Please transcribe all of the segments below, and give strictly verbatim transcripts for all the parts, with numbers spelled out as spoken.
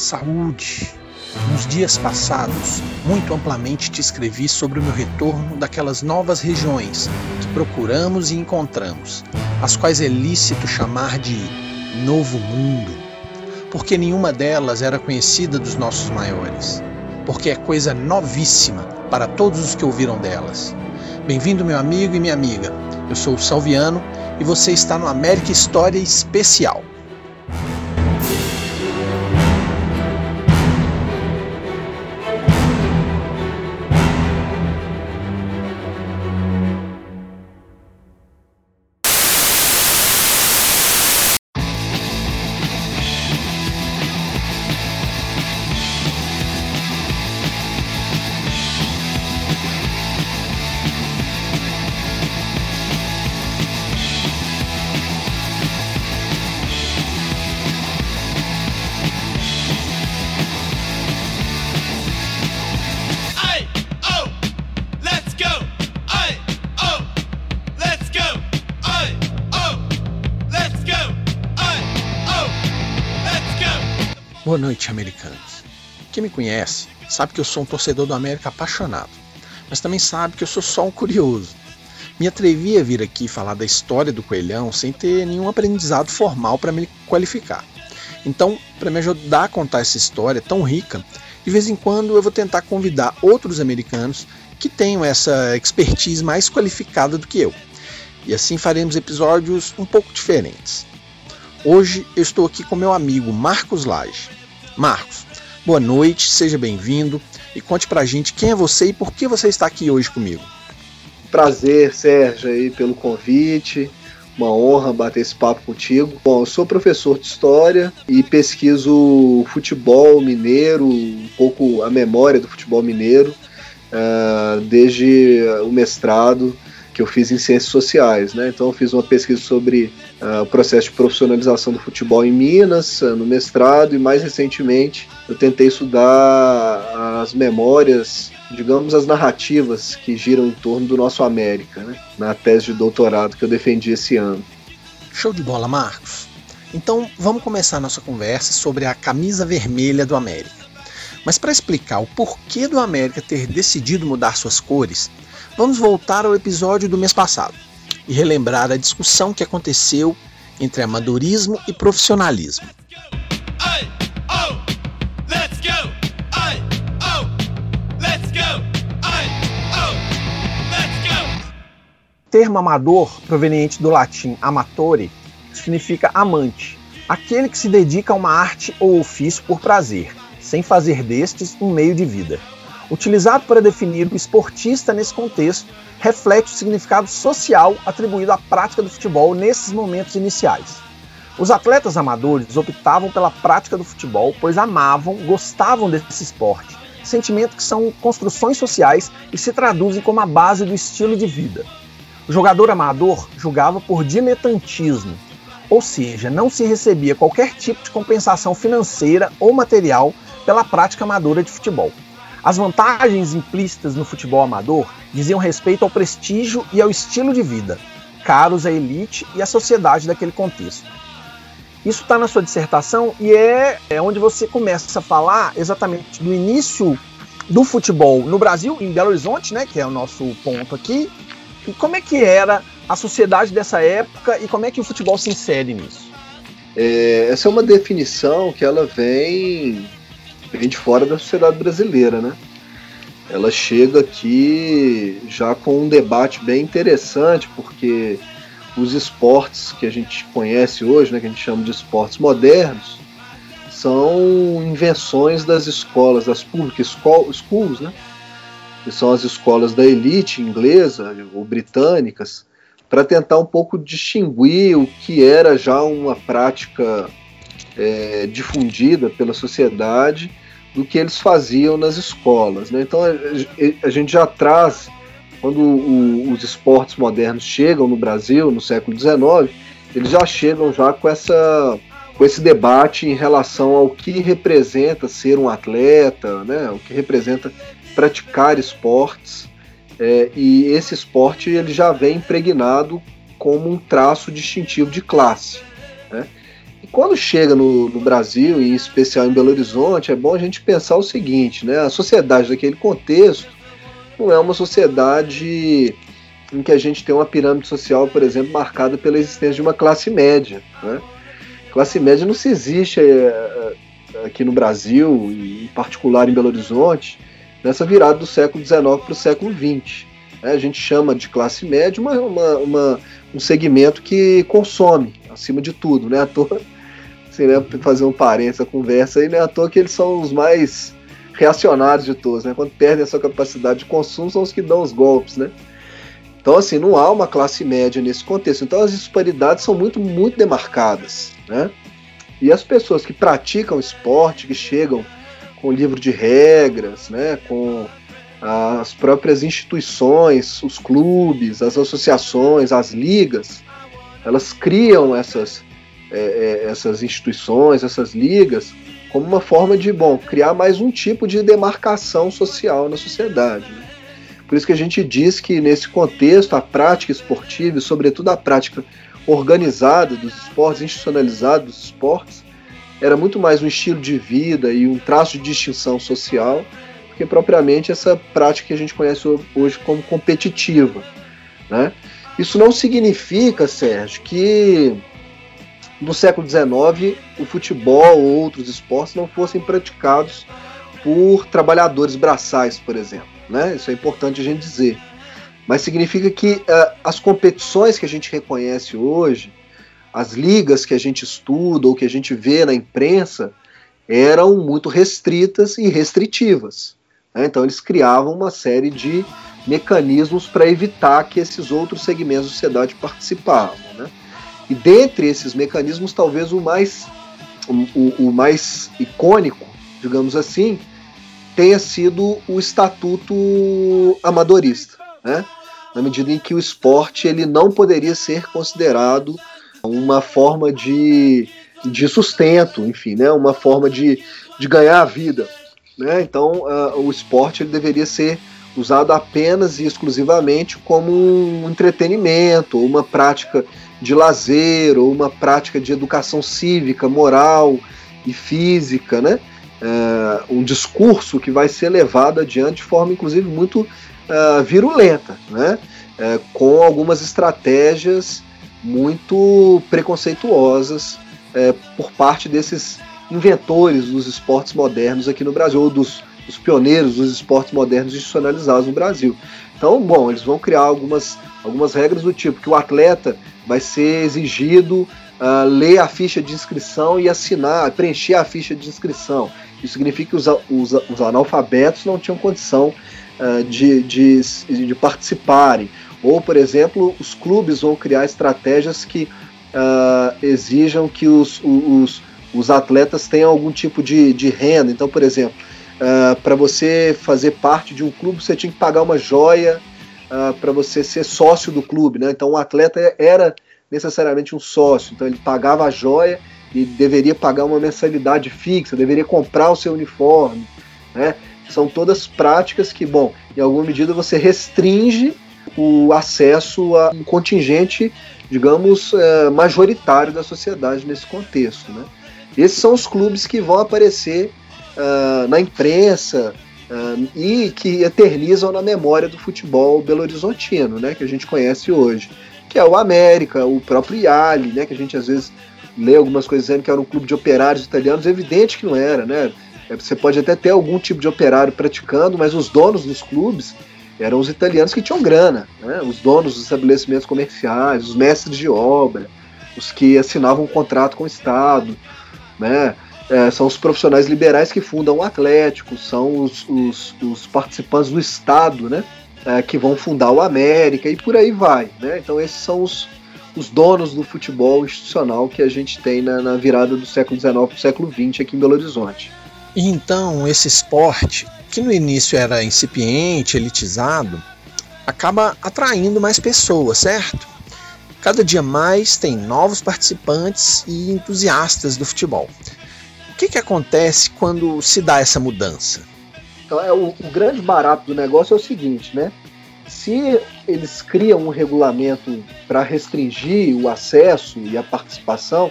Saúde! Nos dias passados, muito amplamente te escrevi sobre o meu retorno daquelas novas regiões que procuramos e encontramos, as quais é lícito chamar de Novo Mundo, porque nenhuma delas era conhecida dos nossos maiores, porque é coisa novíssima para todos os que ouviram delas. Bem-vindo, meu amigo e minha amiga, eu sou o Salviano e você está no América História Especial. Boa noite, americanos. Quem me conhece sabe que eu sou um torcedor do América apaixonado, mas também sabe que eu sou só um curioso. Me atrevi a vir aqui falar da história do Coelhão sem ter nenhum aprendizado formal para me qualificar. Então, para me ajudar a contar essa história tão rica, de vez em quando eu vou tentar convidar outros americanos que tenham essa expertise mais qualificada do que eu. E assim faremos episódios um pouco diferentes. Hoje eu estou aqui com meu amigo Marcos Lage. Marcos, boa noite, seja bem-vindo e conte pra gente quem é você e por que você está aqui hoje comigo. Prazer, Sérgio, aí, pelo convite, uma honra bater esse papo contigo. Bom, eu sou professor de História e pesquiso futebol mineiro, um pouco a memória do futebol mineiro, uh, desde o mestrado que eu fiz em Ciências Sociais, né? Então eu fiz uma pesquisa sobre uh, o processo de profissionalização do futebol em Minas, uh, no mestrado, e mais recentemente eu tentei estudar as memórias, digamos, as narrativas que giram em torno do nosso América, né? Na tese de doutorado que eu defendi esse ano. Show de bola, Marcos! Então vamos começar a nossa conversa sobre a camisa vermelha do América. Mas para explicar o porquê do América ter decidido mudar suas cores, vamos voltar ao episódio do mês passado e relembrar a discussão que aconteceu entre amadorismo e profissionalismo. O termo amador, proveniente do latim amatore, significa amante, aquele que se dedica a uma arte ou ofício por prazer, sem fazer destes um meio de vida. Utilizado para definir o esportista nesse contexto, reflete o significado social atribuído à prática do futebol nesses momentos iniciais. Os atletas amadores optavam pela prática do futebol, pois amavam, gostavam desse esporte, sentimento que são construções sociais e se traduzem como a base do estilo de vida. O jogador amador jogava por diletantismo, ou seja, não se recebia qualquer tipo de compensação financeira ou material pela prática amadora de futebol. As vantagens implícitas no futebol amador diziam respeito ao prestígio e ao estilo de vida, caros à elite e à sociedade daquele contexto. Isso está na sua dissertação e é, é onde você começa a falar exatamente do início do futebol no Brasil, em Belo Horizonte, né, que é o nosso ponto aqui, e como é que era a sociedade dessa época e como é que o futebol se insere nisso. É, essa é uma definição que ela vem... vem de fora da sociedade brasileira, né? Ela chega aqui já com um debate bem interessante, porque os esportes que a gente conhece hoje, né, que a gente chama de esportes modernos, são invenções das escolas, das public schools, né? Que são as escolas da elite inglesa ou britânicas, para tentar um pouco distinguir o que era já uma prática é, difundida pela sociedade do que eles faziam nas escolas, né? Então a, a gente já traz, quando o, os esportes modernos chegam no Brasil, no século dezenove, eles já chegam já com, essa, com esse debate em relação ao que representa ser um atleta, né? O que representa praticar esportes, é, e esse esporte ele já vem impregnado como um traço distintivo de classe, né? quando chega no, no Brasil, em especial em Belo Horizonte, é bom a gente pensar o seguinte, né? A sociedade daquele contexto não é uma sociedade em que a gente tem uma pirâmide social, por exemplo, marcada pela existência de uma classe média, né? Classe média não se existe é, aqui no Brasil, em particular em Belo Horizonte, nessa virada do século dezenove para o século vinte. Né? A gente chama de classe média uma, uma, uma, um segmento que consome, acima de tudo, né? À toa, assim, né, fazer um parênteses a conversa aí, né? À toa que eles são os mais reacionários de todos, né? Quando perdem a sua capacidade de consumo, são os que dão os golpes, né? Então, assim, não há uma classe média nesse contexto. Então, as disparidades são muito, muito demarcadas, né? E as pessoas que praticam esporte, que chegam com livro de regras, né? Com as próprias instituições, os clubes, as associações, as ligas, elas criam essas, é, essas instituições, essas ligas, como uma forma de, bom, criar mais um tipo de demarcação social na sociedade, né? Por isso que a gente diz que, nesse contexto, a prática esportiva, e sobretudo a prática organizada dos esportes, institucionalizada dos esportes, era muito mais um estilo de vida e um traço de distinção social, do que propriamente essa prática que a gente conhece hoje como competitiva, né? Isso não significa, Sérgio, que no século dezenove o futebol ou outros esportes não fossem praticados por trabalhadores braçais, por exemplo, né? Isso é importante a gente dizer. Mas significa que uh, as competições que a gente reconhece hoje, as ligas que a gente estuda ou que a gente vê na imprensa, eram muito restritas e restritivas, né? Então eles criavam uma série de mecanismos para evitar que esses outros segmentos da sociedade participavam, né? E dentre esses mecanismos, talvez o mais, o, o mais icônico, digamos assim, tenha sido o estatuto amadorista, né? Na medida em que o esporte ele não poderia ser considerado uma forma de, de sustento, enfim, né? Uma forma de, de ganhar a vida, né? Então uh, o esporte ele deveria ser usado apenas e exclusivamente como um entretenimento, ou uma prática de lazer, ou uma prática de educação cívica, moral e física, né? Uh, um discurso que vai ser levado adiante de forma, inclusive, muito uh, virulenta, né? Uh, com algumas estratégias muito preconceituosas uh, por parte desses inventores dos esportes modernos aqui no Brasil, ou dos, dos pioneiros dos esportes modernos institucionalizados no Brasil. Então, bom, eles vão criar algumas, algumas regras do tipo que o atleta vai ser exigido uh, ler a ficha de inscrição e assinar, preencher a ficha de inscrição. Isso significa que os, os, os analfabetos não tinham condição uh, de, de, de participarem. Ou, por exemplo, os clubes vão criar estratégias que uh, exijam que os, os, os atletas tenham algum tipo de, de renda. Então, por exemplo, uh, para você fazer parte de um clube, você tinha que pagar uma joia uh, para você ser sócio do clube, né? Então, o atleta era necessariamente um sócio. Então, ele pagava a joia e deveria pagar uma mensalidade fixa, deveria comprar o seu uniforme, né? São todas práticas que, bom, em alguma medida você restringe o acesso a um contingente, digamos, é, majoritário da sociedade nesse contexto, né? Esses são os clubes que vão aparecer uh, na imprensa uh, e que eternizam na memória do futebol belo-horizontino, né? Que a gente conhece hoje, que é o América, o próprio Iali, né? Que a gente às vezes lê algumas coisas dizendo que era um clube de operários italianos. É evidente que não era, né? Você pode até ter algum tipo de operário praticando, mas os donos dos clubes eram os italianos que tinham grana, né? Os donos dos estabelecimentos comerciais, os mestres de obra, os que assinavam um contrato com o Estado, né? É, são os profissionais liberais que fundam o Atlético, são os, os, os participantes do Estado, né? É, que vão fundar o América e por aí vai, né? Então esses são os os donos do futebol institucional que a gente tem na, na virada do século dezenove para o século vinte aqui em Belo Horizonte. E então esse esporte, que no início era incipiente, elitizado, acaba atraindo mais pessoas, certo? Cada dia mais tem novos participantes e entusiastas do futebol. O que, que acontece quando se dá essa mudança? Então, é, o, o grande barato do negócio é o seguinte, né? Se eles criam um regulamento para restringir o acesso e a participação,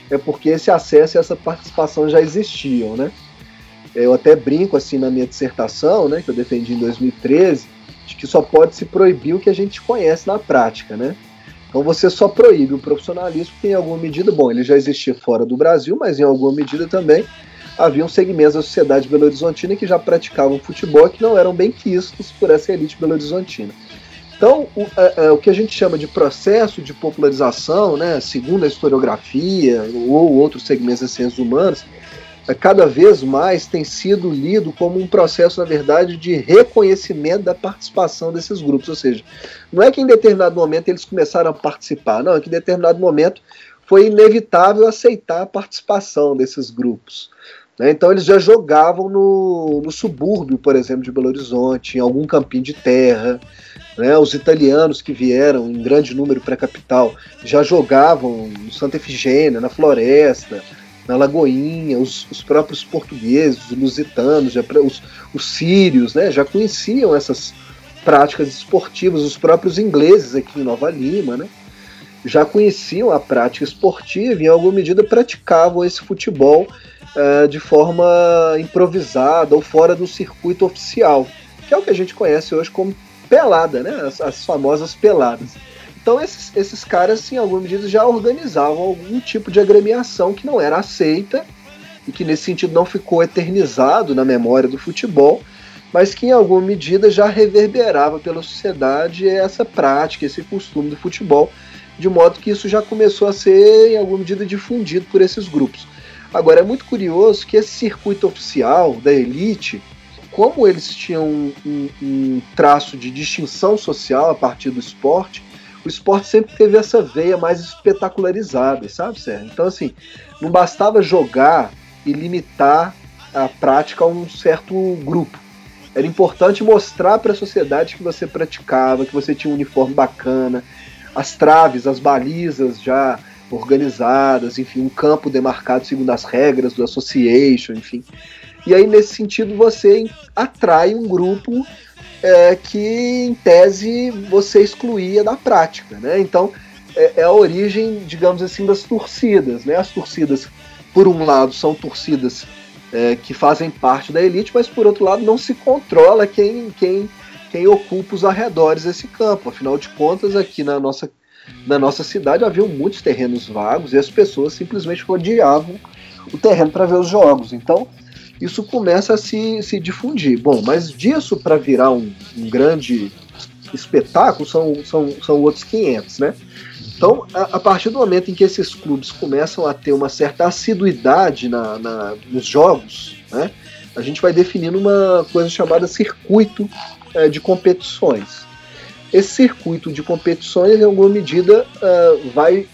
é porque esse acesso e essa participação já existiam, né? Eu até brinco assim na minha dissertação, né, que eu defendi em dois mil e treze, de que só pode se proibir o que a gente conhece na prática, né? Então você só proíbe o profissionalismo porque em alguma medida, bom, ele já existia fora do Brasil, mas em alguma medida também haviam segmentos da sociedade belo-horizontina que já praticavam futebol e que não eram bem quistos por essa elite belo-horizontina. Então, o, é, é, o que a gente chama de processo de popularização, né, segundo a historiografia ou outros segmentos das ciências humanas, é, cada vez mais tem sido lido como um processo, na verdade, de reconhecimento da participação desses grupos. Ou seja, não é que em determinado momento eles começaram a participar, não, é que em determinado momento foi inevitável aceitar a participação desses grupos. Né? Então eles já jogavam no, no subúrbio, por exemplo, de Belo Horizonte, em algum campinho de terra. Né? Os italianos que vieram em grande número para a capital já jogavam no Santa Efigênia, na Floresta, na Lagoinha. Os, os próprios portugueses, os lusitanos, já, os, os sírios, né? Já conheciam essas práticas esportivas. Os próprios ingleses aqui em Nova Lima, né? Já conheciam a prática esportiva e em alguma medida praticavam esse futebol uh, de forma improvisada ou fora do circuito oficial, que é o que a gente conhece hoje como pelada, né? As, as famosas peladas. Então esses, esses caras, em alguma medida, já organizavam algum tipo de agremiação que não era aceita e que nesse sentido não ficou eternizado na memória do futebol, mas que em alguma medida já reverberava pela sociedade essa prática, esse costume do futebol, de modo que isso já começou a ser, em alguma medida, difundido por esses grupos. Agora, é muito curioso que esse circuito oficial da elite, como eles tinham um, um, um traço de distinção social a partir do esporte, o esporte sempre teve essa veia mais espetacularizada, sabe, Sérgio? Então, assim, não bastava jogar e limitar a prática a um certo grupo. Era importante mostrar para a sociedade que você praticava, que você tinha um uniforme bacana, as traves, as balizas já organizadas, enfim, um campo demarcado segundo as regras do association, enfim. E aí, nesse sentido, você atrai um grupo é, que, em tese, você excluía da prática, né? Então, é, é a origem, digamos assim, das torcidas, né? As torcidas, por um lado, são torcidas é, que fazem parte da elite, mas, por outro lado, não se controla quem... quem quem ocupa os arredores desse campo. Afinal de contas, aqui na nossa, na nossa cidade haviam muitos terrenos vagos e as pessoas simplesmente rodeavam o terreno para ver os jogos. Então, isso começa a se, se difundir. Bom, mas disso para virar um, um grande espetáculo são, são, são outros quinhentos, né? Então, a, a partir do momento em que esses clubes começam a ter uma certa assiduidade na, na, nos jogos, né, a gente vai definindo uma coisa chamada circuito de competições. Esse circuito de competições, em alguma medida, uh, vai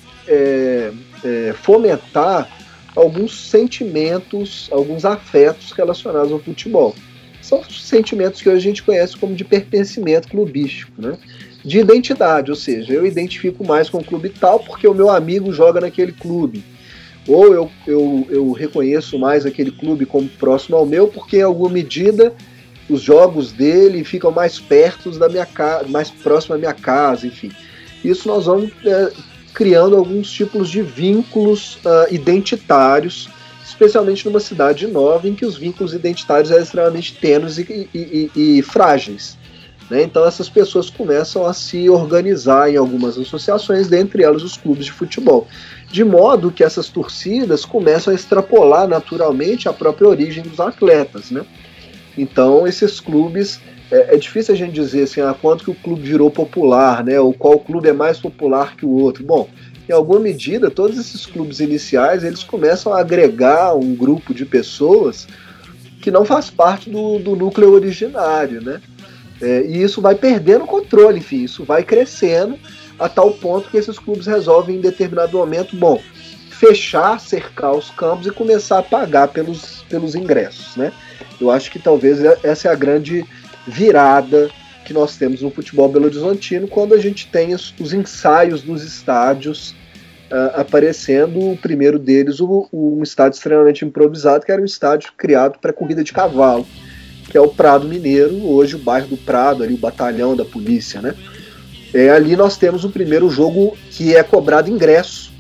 é, é, fomentar alguns sentimentos, alguns afetos relacionados ao futebol. São sentimentos que hoje a gente conhece como de pertencimento clubístico, né? De identidade, ou seja, eu identifico mais com o clube tal porque o meu amigo joga naquele clube. Ou eu, eu, eu reconheço mais aquele clube como próximo ao meu porque, em alguma medida, os jogos dele ficam mais perto da minha casa, mais próximo da minha casa, enfim. Isso nós vamos é, criando alguns tipos de vínculos uh, identitários, especialmente numa cidade nova em que os vínculos identitários eram extremamente tênues e, e, e, e frágeis. Né? Então essas pessoas começam a se organizar em algumas associações, dentre elas os clubes de futebol. De modo que essas torcidas começam a extrapolar naturalmente a própria origem dos atletas, né? Então, esses clubes, é, é difícil a gente dizer assim, ah, quanto que o clube virou popular, né? Ou qual clube é mais popular que o outro. Bom, em alguma medida, todos esses clubes iniciais, eles começam a agregar um grupo de pessoas que não faz parte do, do núcleo originário, né? É, e isso vai perdendo o controle, enfim, isso vai crescendo a tal ponto que esses clubes resolvem, em determinado momento, bom, fechar, cercar os campos e começar a pagar pelos, pelos ingressos, né? Eu acho que talvez essa é a grande virada que nós temos no futebol belo-horizontino, quando a gente tem os, os ensaios dos estádios uh, aparecendo, o primeiro deles, o, o, um estádio extremamente improvisado, que era um estádio criado para corrida de cavalo, que é o Prado Mineiro, hoje o bairro do Prado, ali o batalhão da polícia, né? É, ali nós temos o primeiro jogo que é cobrado ingresso,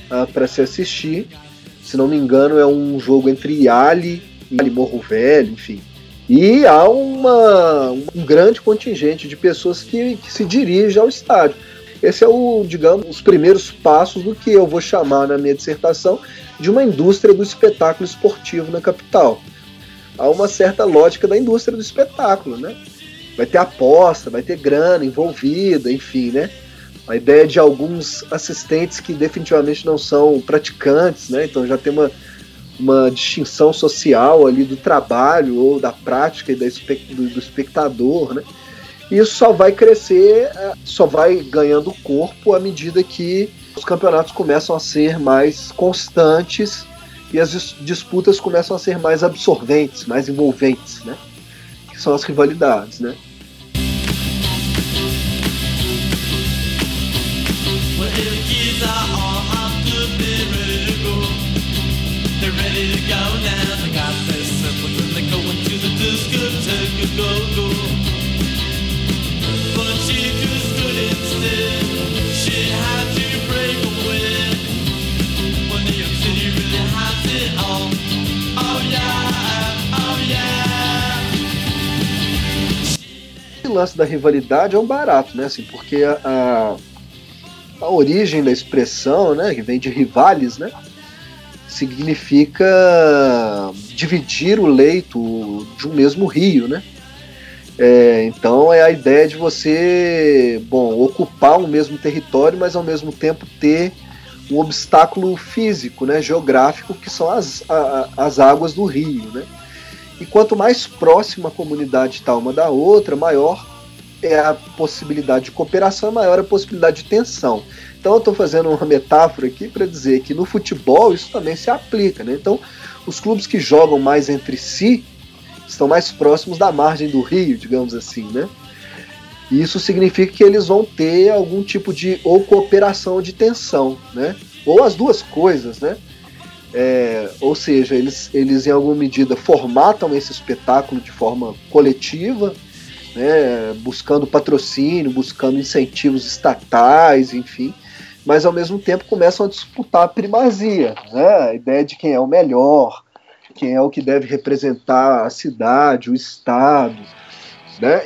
uh, para se assistir. Se não me engano, é um jogo entre Iali e Morro Velho, enfim. E há uma, um grande contingente de pessoas que, que se dirige ao estádio. Esse é o, digamos, os primeiros passos do que eu vou chamar na minha dissertação de uma indústria do espetáculo esportivo na capital. Há uma certa lógica da indústria do espetáculo, né? Vai ter aposta, vai ter grana envolvida, enfim, né? A ideia de alguns assistentes que definitivamente não são praticantes, né? Então já tem uma, uma distinção social ali do trabalho ou da prática e da espe- do, do espectador, né? E isso só vai crescer, só vai ganhando corpo à medida que os campeonatos começam a ser mais constantes e as disputas começam a ser mais absorventes, mais envolventes, né? Que são as rivalidades, né? O lance da rivalidade é um barato, né? Assim, porque a, a, a origem da expressão, né, que vem de rivales, né, significa dividir o leito de um mesmo rio, né? É, então é a ideia de você, bom, ocupar um mesmo território, mas ao mesmo tempo ter um obstáculo físico, né, geográfico, que são as, a, as águas do rio, né? E quanto mais próxima a comunidade está uma da outra, maior é a possibilidade de cooperação, maior a possibilidade de tensão. Então eu estou fazendo uma metáfora aqui para dizer que no futebol isso também se aplica, né? Então os clubes que jogam mais entre si estão mais próximos da margem do rio, digamos assim, né? E isso significa que eles vão ter algum tipo de ou cooperação ou de tensão, né? Ou as duas coisas, né? É, ou seja, eles, eles em alguma medida formatam esse espetáculo de forma coletiva, né, buscando patrocínio, buscando incentivos estatais, enfim, mas ao mesmo tempo começam a disputar a primazia, né, a ideia de quem é o melhor, quem é o que deve representar a cidade, o estado, né,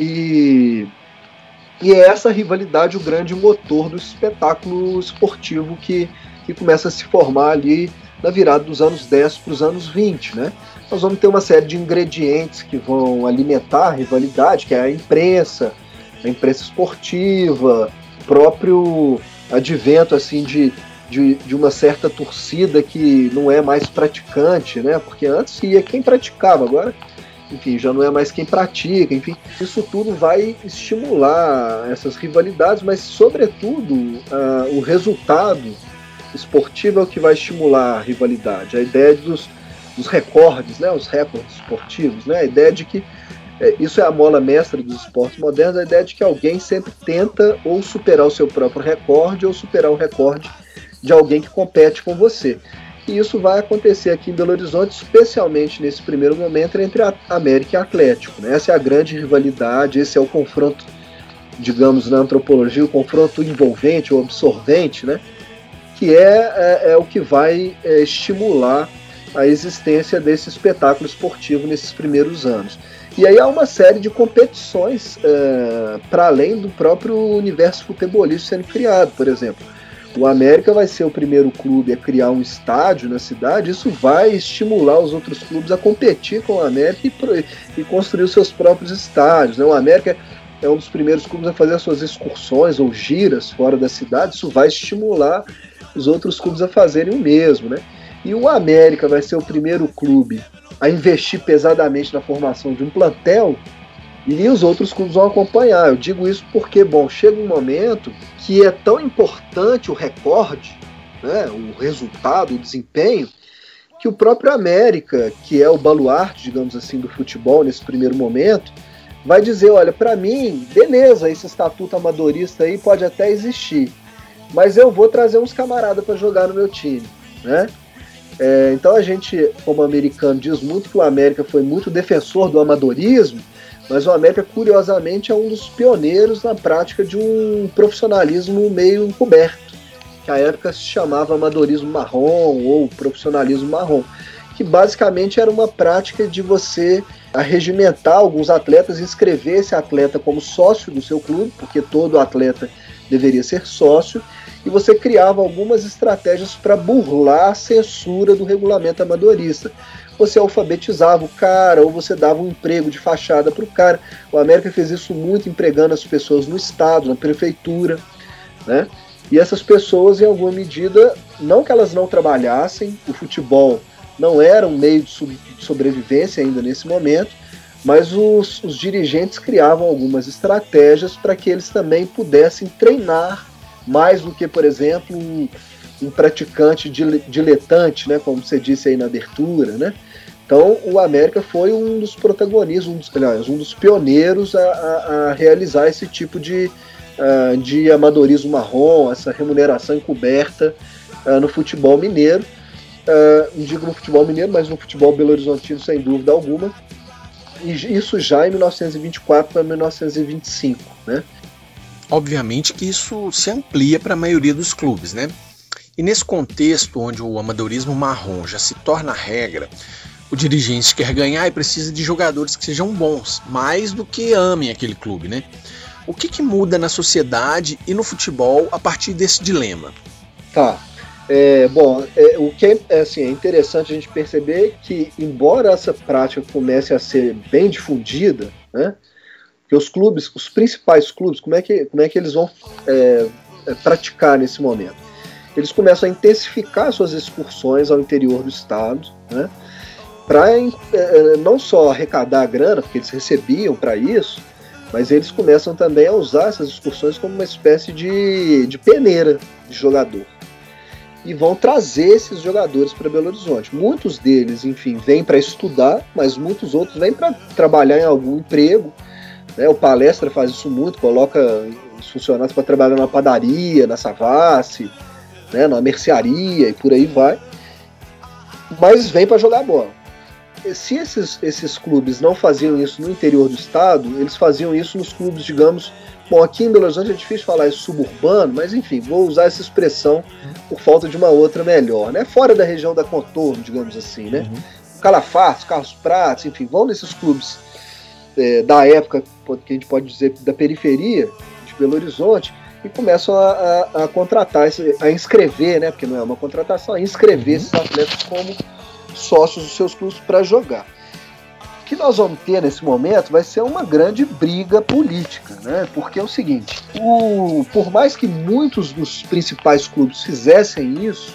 e, e, e é essa rivalidade o grande motor do espetáculo esportivo que, que começa a se formar ali na virada dos anos dez para os anos vinte, né? Nós vamos ter uma série de ingredientes que vão alimentar a rivalidade, que é a imprensa, a imprensa esportiva, o próprio advento assim, de, de, de uma certa torcida que não é mais praticante, né? Porque antes ia quem praticava, agora, enfim, já não é mais quem pratica, enfim. Isso tudo vai estimular essas rivalidades, mas, sobretudo, uh, o resultado esportivo é o que vai estimular a rivalidade. A ideia dos, dos recordes, né, os recordes esportivos, né, a ideia de que é, isso é a mola mestra dos esportes modernos, a ideia de que alguém sempre tenta ou superar o seu próprio recorde ou superar o recorde de alguém que compete com você. E isso vai acontecer aqui em Belo Horizonte, especialmente nesse primeiro momento entre a América e Atlético, né? Essa é a grande rivalidade, esse é o confronto, digamos, na antropologia, o confronto envolvente ou absorvente, né? Que é, é, é o que vai é, estimular a existência desse espetáculo esportivo nesses primeiros anos. E aí há uma série de competições é, para além do próprio universo futebolístico sendo criado. Por exemplo, o América vai ser o primeiro clube a criar um estádio na cidade, isso vai estimular os outros clubes a competir com o América e, e construir os seus próprios estádios, né? O América é um dos primeiros clubes a fazer as suas excursões ou giras fora da cidade, isso vai estimular os outros clubes a fazerem o mesmo, né? E o América vai ser o primeiro clube a investir pesadamente na formação de um plantel e os outros clubes vão acompanhar. Eu digo isso porque, bom, chega um momento que é tão importante o recorde, né, o resultado, o desempenho, que o próprio América, que é o baluarte, digamos assim, do futebol nesse primeiro momento, vai dizer, olha, para mim, beleza, esse estatuto amadorista aí pode até existir, mas eu vou trazer uns camaradas para jogar no meu time, né? É, então a gente, como americano, diz muito que o América foi muito defensor do amadorismo, mas o América, curiosamente, é um dos pioneiros na prática de um profissionalismo meio encoberto, que à época se chamava amadorismo marrom ou profissionalismo marrom, que basicamente era uma prática de você arregimentar alguns atletas, inscrever esse atleta como sócio do seu clube, porque todo atleta deveria ser sócio, e você criava algumas estratégias para burlar a censura do regulamento amadorista. Você alfabetizava o cara, ou você dava um emprego de fachada para o cara. O América fez isso muito, empregando as pessoas no estado, na prefeitura, né? E essas pessoas, em alguma medida, não que elas não trabalhassem, o futebol não era um meio de sobrevivência ainda nesse momento, mas os, os dirigentes criavam algumas estratégias para que eles também pudessem treinar mais do que, por exemplo, um, um praticante diletante, né, como você disse aí na abertura, né? Então o América foi um dos protagonistas, um dos, aliás, um dos pioneiros a, a, a realizar esse tipo de, uh, de amadorismo marrom, essa remuneração encoberta uh, no futebol mineiro. Uh, não digo no futebol mineiro, mas no futebol belo-horizontino, sem dúvida alguma. E isso já em mil novecentos e vinte e quatro para mil novecentos e vinte e cinco, né? Obviamente que isso se amplia para a maioria dos clubes, né? E nesse contexto onde o amadorismo marrom já se torna regra, o dirigente quer ganhar e precisa de jogadores que sejam bons, mais do que amem aquele clube, né? O que, que muda na sociedade e no futebol a partir desse dilema? Tá. É, bom, é, o que é, assim, é interessante a gente perceber que, embora essa prática comece a ser bem difundida, né, que os clubes, os principais clubes, como é que, como é que eles vão é, é, praticar nesse momento? Eles começam a intensificar suas excursões ao interior do estado, né, para é, não só arrecadar a grana, porque eles recebiam para isso, mas eles começam também a usar essas excursões como uma espécie de, de peneira de jogador. E vão trazer esses jogadores para Belo Horizonte. Muitos deles, enfim, vêm para estudar, mas muitos outros vêm para trabalhar em algum emprego, né? O Palestra faz isso muito, coloca os funcionários para trabalhar na padaria, na Savassi, né? Na mercearia e por aí vai. Mas vêm para jogar bola. Se esses, esses clubes não faziam isso no interior do estado, eles faziam isso nos clubes, digamos... Bom, aqui em Belo Horizonte é difícil falar isso suburbano, mas enfim, vou usar essa expressão por falta de uma outra melhor, né? Fora da região da Contorno, digamos assim, né? Uhum. Calafate, Carlos Prates, enfim, vão nesses clubes é, da época, que a gente pode dizer da periferia de Belo Horizonte, e começam a, a, a contratar, a inscrever, né? Porque não é uma contratação, a inscrever uhum. esses atletas como sócios dos seus clubes para jogar. O que nós vamos ter nesse momento vai ser uma grande briga política, né? Porque é o seguinte, o, por mais que muitos dos principais clubes fizessem isso,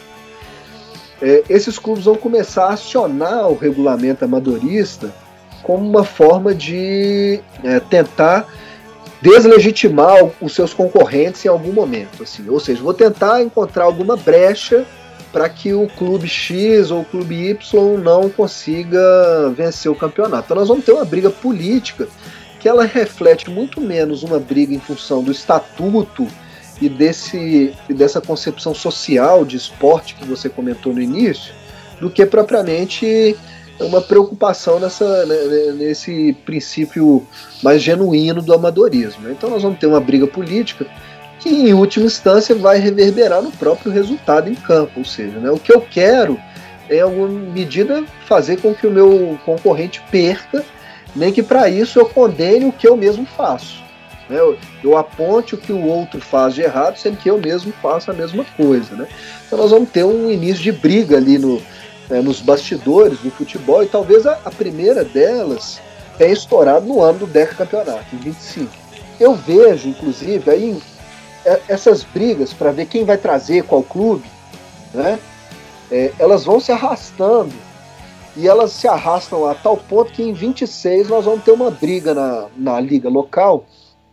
é, esses clubes vão começar a acionar o regulamento amadorista como uma forma de é, tentar deslegitimar os seus concorrentes em algum momento, assim. Ou seja, vou tentar encontrar alguma brecha para que o clube X ou o clube Y não consiga vencer o campeonato. Então nós vamos ter uma briga política que ela reflete muito menos uma briga em função do estatuto e, desse, e dessa concepção social de esporte que você comentou no início, do que propriamente uma preocupação nessa, nesse princípio mais genuíno do amadorismo. Então nós vamos ter uma briga política que em última instância vai reverberar no próprio resultado em campo, ou seja, né, o que eu quero é, em alguma medida, fazer com que o meu concorrente perca, nem que para isso eu condene o que eu mesmo faço. Né, eu, eu aponte o que o outro faz de errado, sendo que eu mesmo faço a mesma coisa. Né? Então nós vamos ter um início de briga ali no, é, nos bastidores do futebol, e talvez a, a primeira delas tenha estourado no ano do decacampeonato, em vinte e cinco. Eu vejo, inclusive, aí essas brigas para ver quem vai trazer qual clube, né, é, elas vão se arrastando, e elas se arrastam a tal ponto que em vinte e seis nós vamos ter uma briga na, na liga local,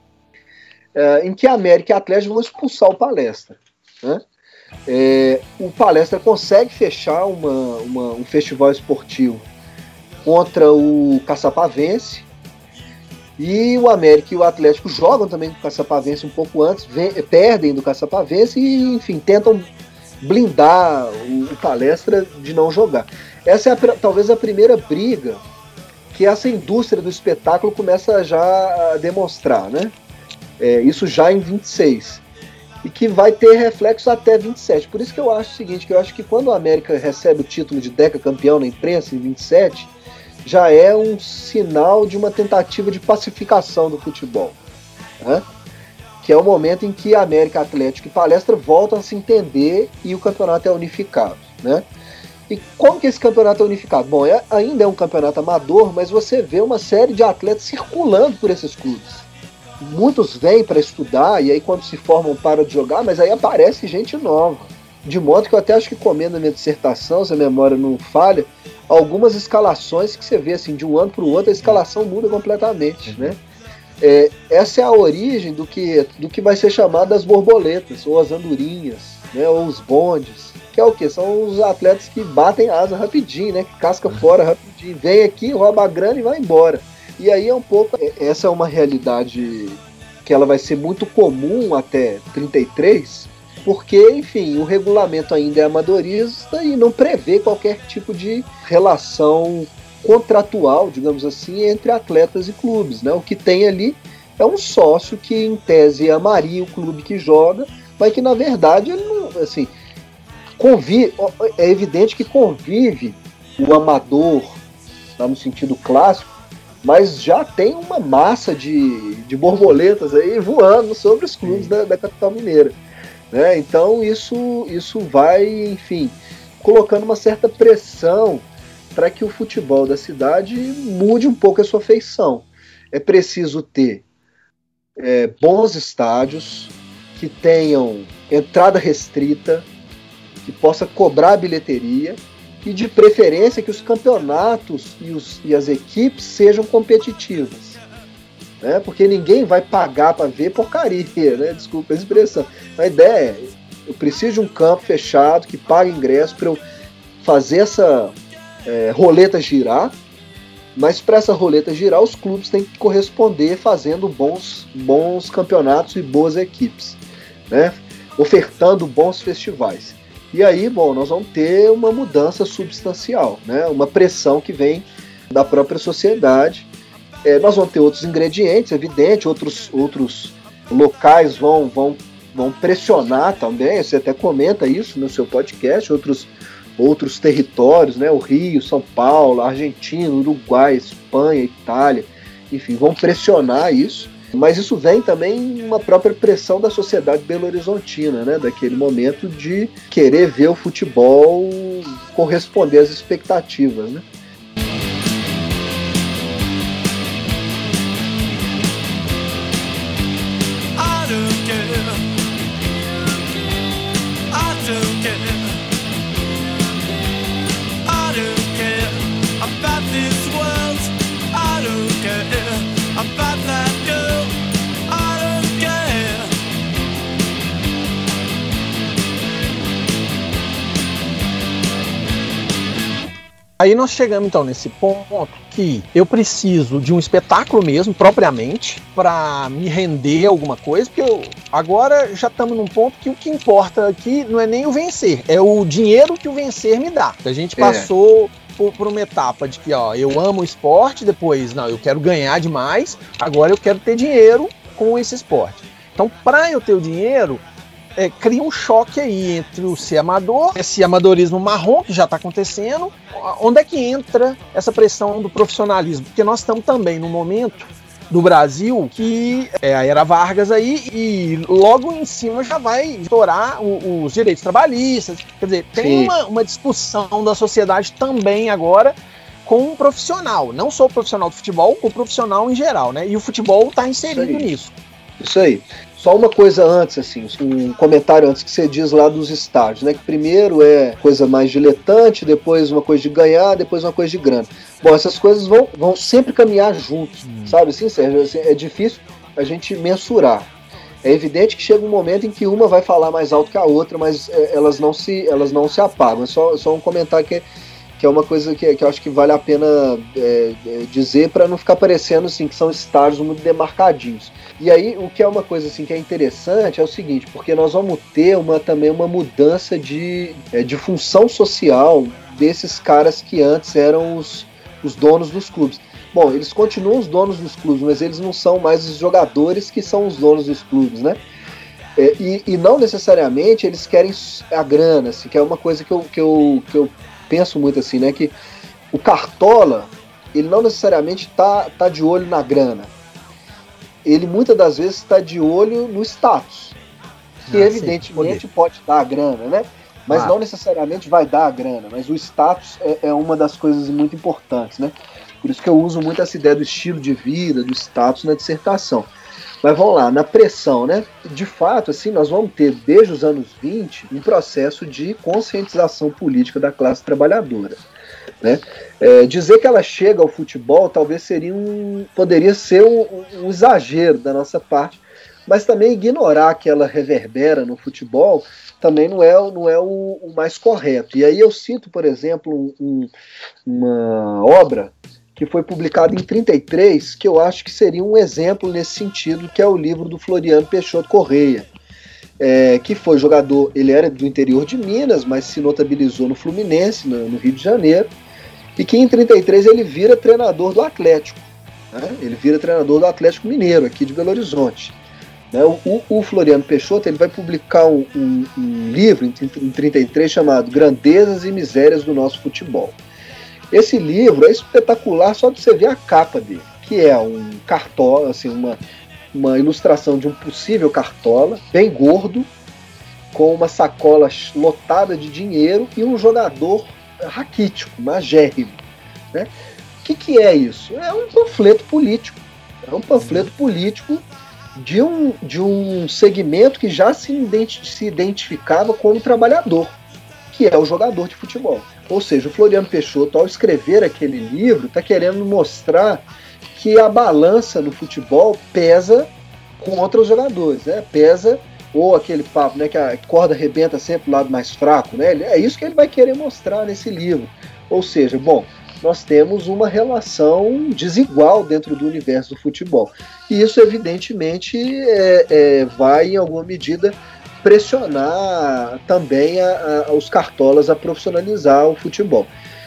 é, em que a América e a Atlético vão expulsar o Palestra. Né? É, o Palestra consegue fechar uma, uma, um festival esportivo contra o Caçapavense, e o América e o Atlético jogam também com o Caçapavense um pouco antes, vem, perdem do Caçapavense e, enfim, tentam blindar o, o Palestra de não jogar. Essa é a, talvez a primeira briga que essa indústria do espetáculo começa já a demonstrar, né? É, isso já em vinte e seis. e que vai ter reflexo até vinte e sete. Por isso que eu acho o seguinte, que eu acho que quando o América recebe o título de decacampeão na imprensa em vinte e sete, já é um sinal de uma tentativa de pacificação do futebol, né? Que é o momento em que América, Atlético e Palestra voltam a se entender e o campeonato é unificado, né? E como que esse campeonato é unificado? Bom, é, ainda é um campeonato amador, mas você vê uma série de atletas circulando por esses clubes. Muitos vêm para estudar e aí quando se formam param de jogar, mas aí aparece gente nova. De modo que eu até acho que comendo na minha dissertação, se a memória não falha, algumas escalações que você vê assim, de um ano para o outro, a escalação muda completamente, né? É, essa é a origem do que, do que vai ser chamado as borboletas, ou as andorinhas, né, ou os bondes, que é o que? São os atletas que batem asa rapidinho, né, que casca fora rapidinho, vem aqui, rouba a grana e vai embora. E aí é um pouco, essa é uma realidade que ela vai ser muito comum até trinta e três, porque, enfim, o regulamento ainda é amadorista e não prevê qualquer tipo de relação contratual, digamos assim, entre atletas e clubes, né? O que tem ali é um sócio que, em tese, amaria o clube que joga, mas que, na verdade, ele não, assim, convive, é evidente que convive o amador, tá, no sentido clássico, mas já tem uma massa de, de borboletas aí voando sobre os clubes da, da capital mineira, né? Então isso, isso vai, enfim, colocando uma certa pressão para que o futebol da cidade mude um pouco a sua feição. É preciso ter é, bons estádios, que tenham entrada restrita, que possa cobrar bilheteria e, de preferência, que os campeonatos e, os, e as equipes sejam competitivas, né? Porque ninguém vai pagar para ver porcaria, né? Desculpa a expressão. A ideia é, eu preciso de um campo fechado que pague ingresso para eu fazer essa É, roleta girar, mas para essa roleta girar os clubes têm que corresponder fazendo bons, bons campeonatos e boas equipes, né? Ofertando bons festivais. E aí, bom, nós vamos ter uma mudança substancial, né? Uma pressão que vem da própria sociedade. É, nós vamos ter outros ingredientes, evidente, outros, outros locais vão, vão, vão pressionar também, você até comenta isso no seu podcast, outros outros territórios, né, o Rio, São Paulo, Argentina, Uruguai, Espanha, Itália, enfim, vão pressionar isso, mas isso vem também uma própria pressão da sociedade belo-horizontina, né, daquele momento de querer ver o futebol corresponder às expectativas, né. I don't care. I don't care. About this world, I don't care. About that girl, I don't care. Aí nós chegamos então nesse ponto que eu preciso de um espetáculo mesmo, propriamente, para me render alguma coisa, porque eu, agora já estamos num ponto que o que importa aqui não é nem o vencer, é o dinheiro que o vencer me dá. A gente passou é. por, por uma etapa de que, ó, eu amo o esporte, depois, não, eu quero ganhar demais, agora eu quero ter dinheiro com esse esporte. Então, para eu ter o dinheiro, É, cria um choque aí entre o ser amador, esse amadorismo marrom que já está acontecendo. Onde é que entra essa pressão do profissionalismo? Porque nós estamos também num momento do Brasil que é a era Vargas aí, e logo em cima já vai estourar o, os direitos trabalhistas. Quer dizer, tem uma, uma discussão da sociedade também agora com um profissional, não só o profissional do futebol, o profissional em geral, né? E o futebol está inserido Isso nisso. Isso aí. Só uma coisa antes, assim, um comentário antes que você diz lá dos estádios, né? Que primeiro é coisa mais diletante, depois uma coisa de ganhar, depois uma coisa de grana. Bom, essas coisas vão, vão sempre caminhar juntos, hum. sabe assim, Sérgio? Assim, é difícil a gente mensurar. É evidente que chega um momento em que uma vai falar mais alto que a outra, mas é, elas, não se, elas não se apagam. É só, só um comentário que é, que é uma coisa que, que eu acho que vale a pena é, é, dizer para não ficar parecendo assim, que são estágios muito demarcadinhos. E aí, o que é uma coisa assim, que é interessante é o seguinte, porque nós vamos ter uma, também uma mudança de, é, de função social desses caras que antes eram os, os donos dos clubes. Bom, eles continuam os donos dos clubes, mas eles não são mais os jogadores que são os donos dos clubes, né? É, e, e não necessariamente eles querem a grana, assim, que é uma coisa que eu, que eu, que eu penso muito assim, né? Que o cartola, ele não necessariamente tá, tá de olho na grana. Ele muitas das vezes está de olho no status. Que ah, evidentemente sim, pode dar a grana, né? Mas ah. não necessariamente vai dar a grana. Mas o status é, é uma das coisas muito importantes, né? Por isso que eu uso muito essa ideia do estilo de vida, do status na dissertação. Mas vamos lá, na pressão, né? De fato, assim, nós vamos ter, desde os anos vinte, um processo de conscientização política da classe trabalhadora. Né? É, dizer que ela chega ao futebol talvez seria um, poderia ser um, um exagero da nossa parte, mas também ignorar que ela reverbera no futebol também não é, não é o, o mais correto. E aí eu cito, por exemplo, um, uma obra que foi publicada em trinta e três, que eu acho que seria um exemplo nesse sentido, que é o livro do Floriano Peixoto Correia, é, que foi jogador, ele era do interior de Minas, mas se notabilizou no Fluminense, no, no Rio de Janeiro, e que em trinta e três ele vira treinador do Atlético, né? Ele vira treinador do Atlético Mineiro, aqui de Belo Horizonte. Né? O, o, o Floriano Peixoto ele vai publicar um, um, um livro em, em trinta e três chamado Grandezas e Misérias do Nosso Futebol. Esse livro é espetacular só para você ver a capa dele, que é um cartola, assim, uma, uma ilustração de um possível cartola, bem gordo, com uma sacola lotada de dinheiro e um jogador raquítico, magérrimo. Né? O que, que é isso? É um panfleto político. É um panfleto político de um, de um segmento que já se, identi- se identificava como trabalhador, que é o jogador de futebol. Ou seja, o Floriano Peixoto, ao escrever aquele livro, está querendo mostrar que a balança no futebol pesa contra os jogadores, né? Pesa, ou aquele papo, né, que a corda arrebenta sempre o lado mais fraco, né? É isso que ele vai querer mostrar nesse livro. Ou seja, bom, nós temos uma relação desigual dentro do universo do futebol. E isso, evidentemente, é, é, vai, em alguma medida, pressionar também a, a, os cartolas a profissionalizar o futebol.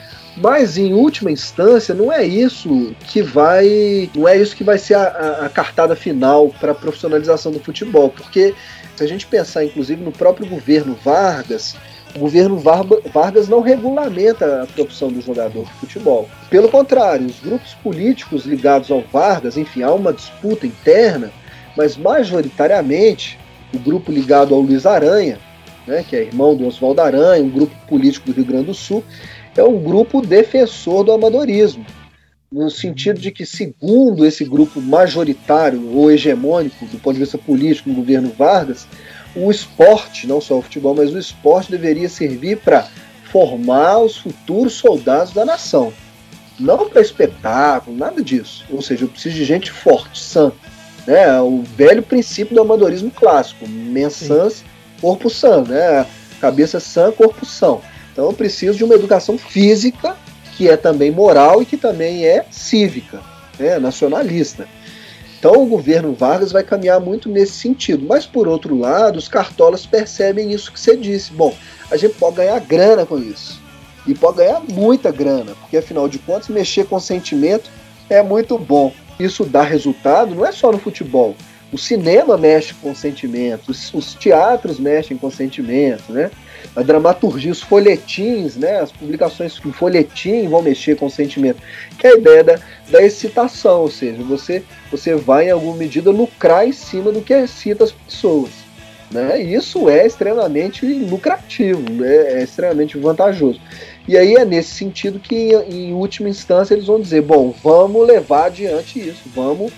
Mas, em última instância, não é isso que vai, não é isso que vai ser a, a, a cartada final para a profissionalização do futebol, porque se a gente pensar, inclusive, no próprio governo Vargas, o governo Vargas não regulamenta a profissão do jogador de futebol. Pelo contrário, os grupos políticos ligados ao Vargas, enfim, há uma disputa interna, mas majoritariamente o grupo ligado ao Luiz Aranha, né, que é irmão do Oswaldo Aranha, um grupo político do Rio Grande do Sul, é um grupo defensor do amadorismo, no sentido de que, segundo esse grupo majoritário ou hegemônico do ponto de vista político no governo Vargas, o esporte, não só o futebol, mas o esporte deveria servir para formar os futuros soldados da nação, não para espetáculo, nada disso. Ou seja, eu preciso de gente forte, sã. Né, o velho princípio do amadorismo clássico, mens sans, corpo sã, né, cabeça sã, corpo são. Então eu preciso de uma educação física, que é também moral e que também é cívica, né, nacionalista. Então o governo Vargas vai caminhar muito nesse sentido, mas por outro lado os cartolas percebem isso que você disse. Bom, a gente pode ganhar grana com isso, e pode ganhar muita grana, porque afinal de contas mexer com sentimento é muito bom. Isso dá resultado não é só no futebol. O cinema mexe com sentimento, os, os teatros mexem com sentimento, né? A dramaturgia, os folhetins, né? As publicações em folhetim vão mexer com sentimento. Que é a ideia da, da excitação, ou seja, você, você vai em alguma medida lucrar em cima do que excita as pessoas. Né? E isso é extremamente lucrativo, né? É extremamente vantajoso. E aí é nesse sentido que, em última instância, eles vão dizer, bom, vamos levar adiante isso, vamos,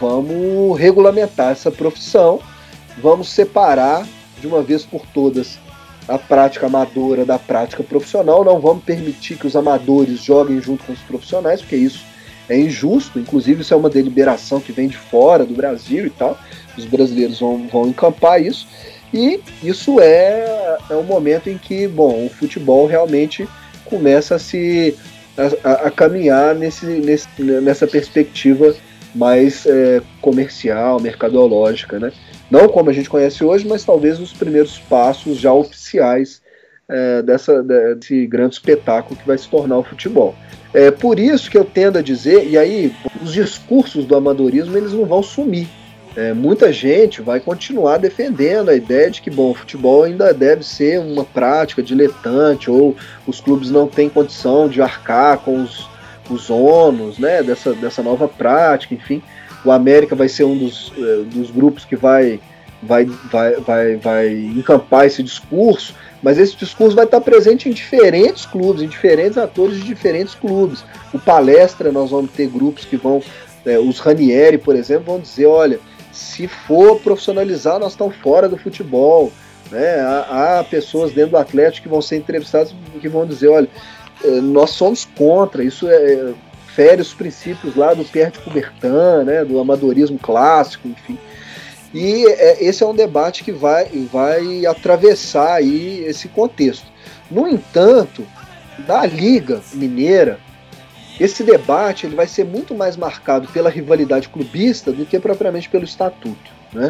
vamos regulamentar essa profissão, vamos separar de uma vez por todas a prática amadora da prática profissional, não vamos permitir que os amadores joguem junto com os profissionais, porque isso é injusto, inclusive isso é uma deliberação que vem de fora do Brasil e tal, os brasileiros vão, vão encampar isso, e isso é, é um momento em que, bom, o futebol realmente começa a se a, a caminhar nesse, nesse, nessa perspectiva mais é, comercial, mercadológica, né? Não como a gente conhece hoje, mas talvez os primeiros passos já oficiais é, dessa, desse grande espetáculo que vai se tornar o futebol. É por isso que eu tendo a dizer, e aí os discursos do amadorismo eles não vão sumir, é, muita gente vai continuar defendendo a ideia de que, bom, o futebol ainda deve ser uma prática diletante, ou os clubes não têm condição de arcar com os, os ônus, né, dessa, dessa nova prática, enfim. O América vai ser um dos, dos grupos que vai, vai, vai, vai, vai encampar esse discurso, mas esse discurso vai estar presente em diferentes clubes, em diferentes atores de diferentes clubes. O Palestra, nós vamos ter grupos que vão, é, os Ranieri, por exemplo, vão dizer, olha, se for profissionalizar, nós estamos fora do futebol. Né? Há, há pessoas dentro do Atlético que vão ser entrevistadas que vão dizer, olha, nós somos contra, isso é, fere os princípios lá do Pierre de Coubertin, né, do amadorismo clássico, enfim. E é, esse é um debate que vai, vai atravessar aí esse contexto. No entanto, na Liga Mineira, esse debate ele vai ser muito mais marcado pela rivalidade clubista do que propriamente pelo estatuto. Né?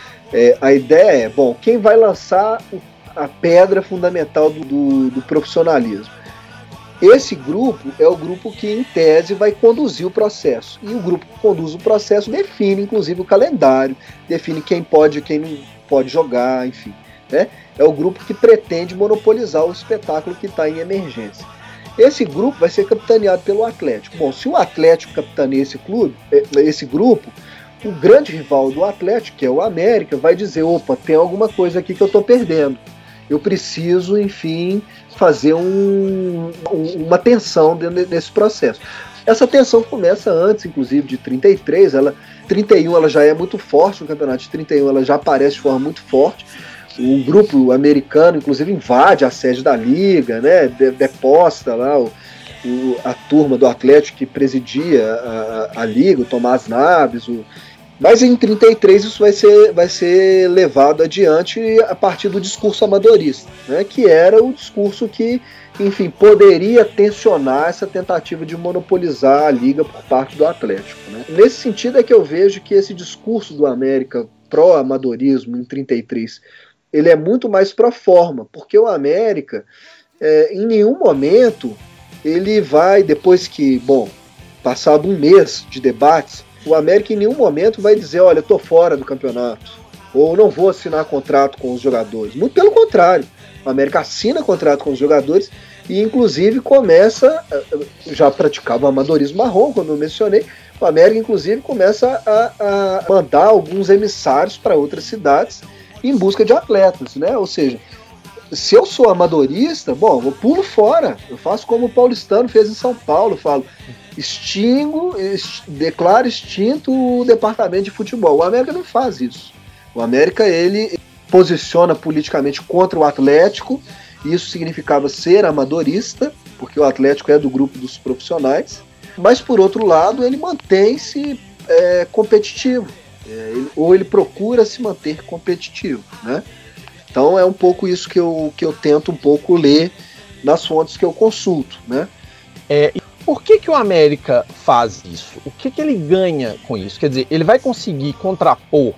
É, a ideia é, bom, quem vai lançar a pedra fundamental do, do, do profissionalismo? Esse grupo é o grupo que, em tese, vai conduzir o processo. E o grupo que conduz o processo define, inclusive, o calendário, define quem pode e quem não pode jogar, enfim. Né? É o grupo que pretende monopolizar o espetáculo que está em emergência. Esse grupo vai ser capitaneado pelo Atlético. Bom, se o Atlético capitaneia esse clube, esse grupo, o grande rival do Atlético, que é o América, vai dizer, opa, tem alguma coisa aqui que eu estou perdendo. Eu preciso, enfim, fazer um, um, uma tensão dentro desse processo. Essa tensão começa antes, inclusive, de trinta e três, ela, trinta e um ela já é muito forte, no campeonato de trinta e um ela já aparece de forma muito forte. O grupo americano, inclusive, invade a sede da Liga, né, deposta lá o, o, a turma do Atlético que presidia a, a, a Liga, o Tomás Naves, o... Mas em trinta e três isso vai ser, vai ser levado adiante a partir do discurso amadorista, né, que era o discurso que, enfim, poderia tensionar essa tentativa de monopolizar a Liga por parte do Atlético. Né. Nesse sentido é que eu vejo que esse discurso do América pró-amadorismo em trinta e três, ele é muito mais pró forma, porque o América, é, em nenhum momento, ele vai, depois que, bom, passado um mês de debates, o América em nenhum momento vai dizer, olha, eu tô fora do campeonato, ou não vou assinar contrato com os jogadores. Muito pelo contrário, o América assina contrato com os jogadores e inclusive começa, já praticava o amadorismo marrom, como eu mencionei, o América inclusive começa a, a mandar alguns emissários para outras cidades em busca de atletas, né? Ou seja, se eu sou amadorista, bom, eu pulo fora, eu faço como o Paulistano fez em São Paulo, eu falo, extingo, declaro extinto o departamento de futebol. O América não faz isso. O América, ele posiciona politicamente contra o Atlético, e isso significava ser amadorista, porque o Atlético é do grupo dos profissionais, mas por outro lado ele mantém-se é, competitivo, é, ele, ou ele procura se manter competitivo, né? Então é um pouco isso que eu, que eu tento um pouco ler nas fontes que eu consulto, né? É, por que que o América faz isso? O que que ele ganha com isso? Quer dizer, ele vai conseguir contrapor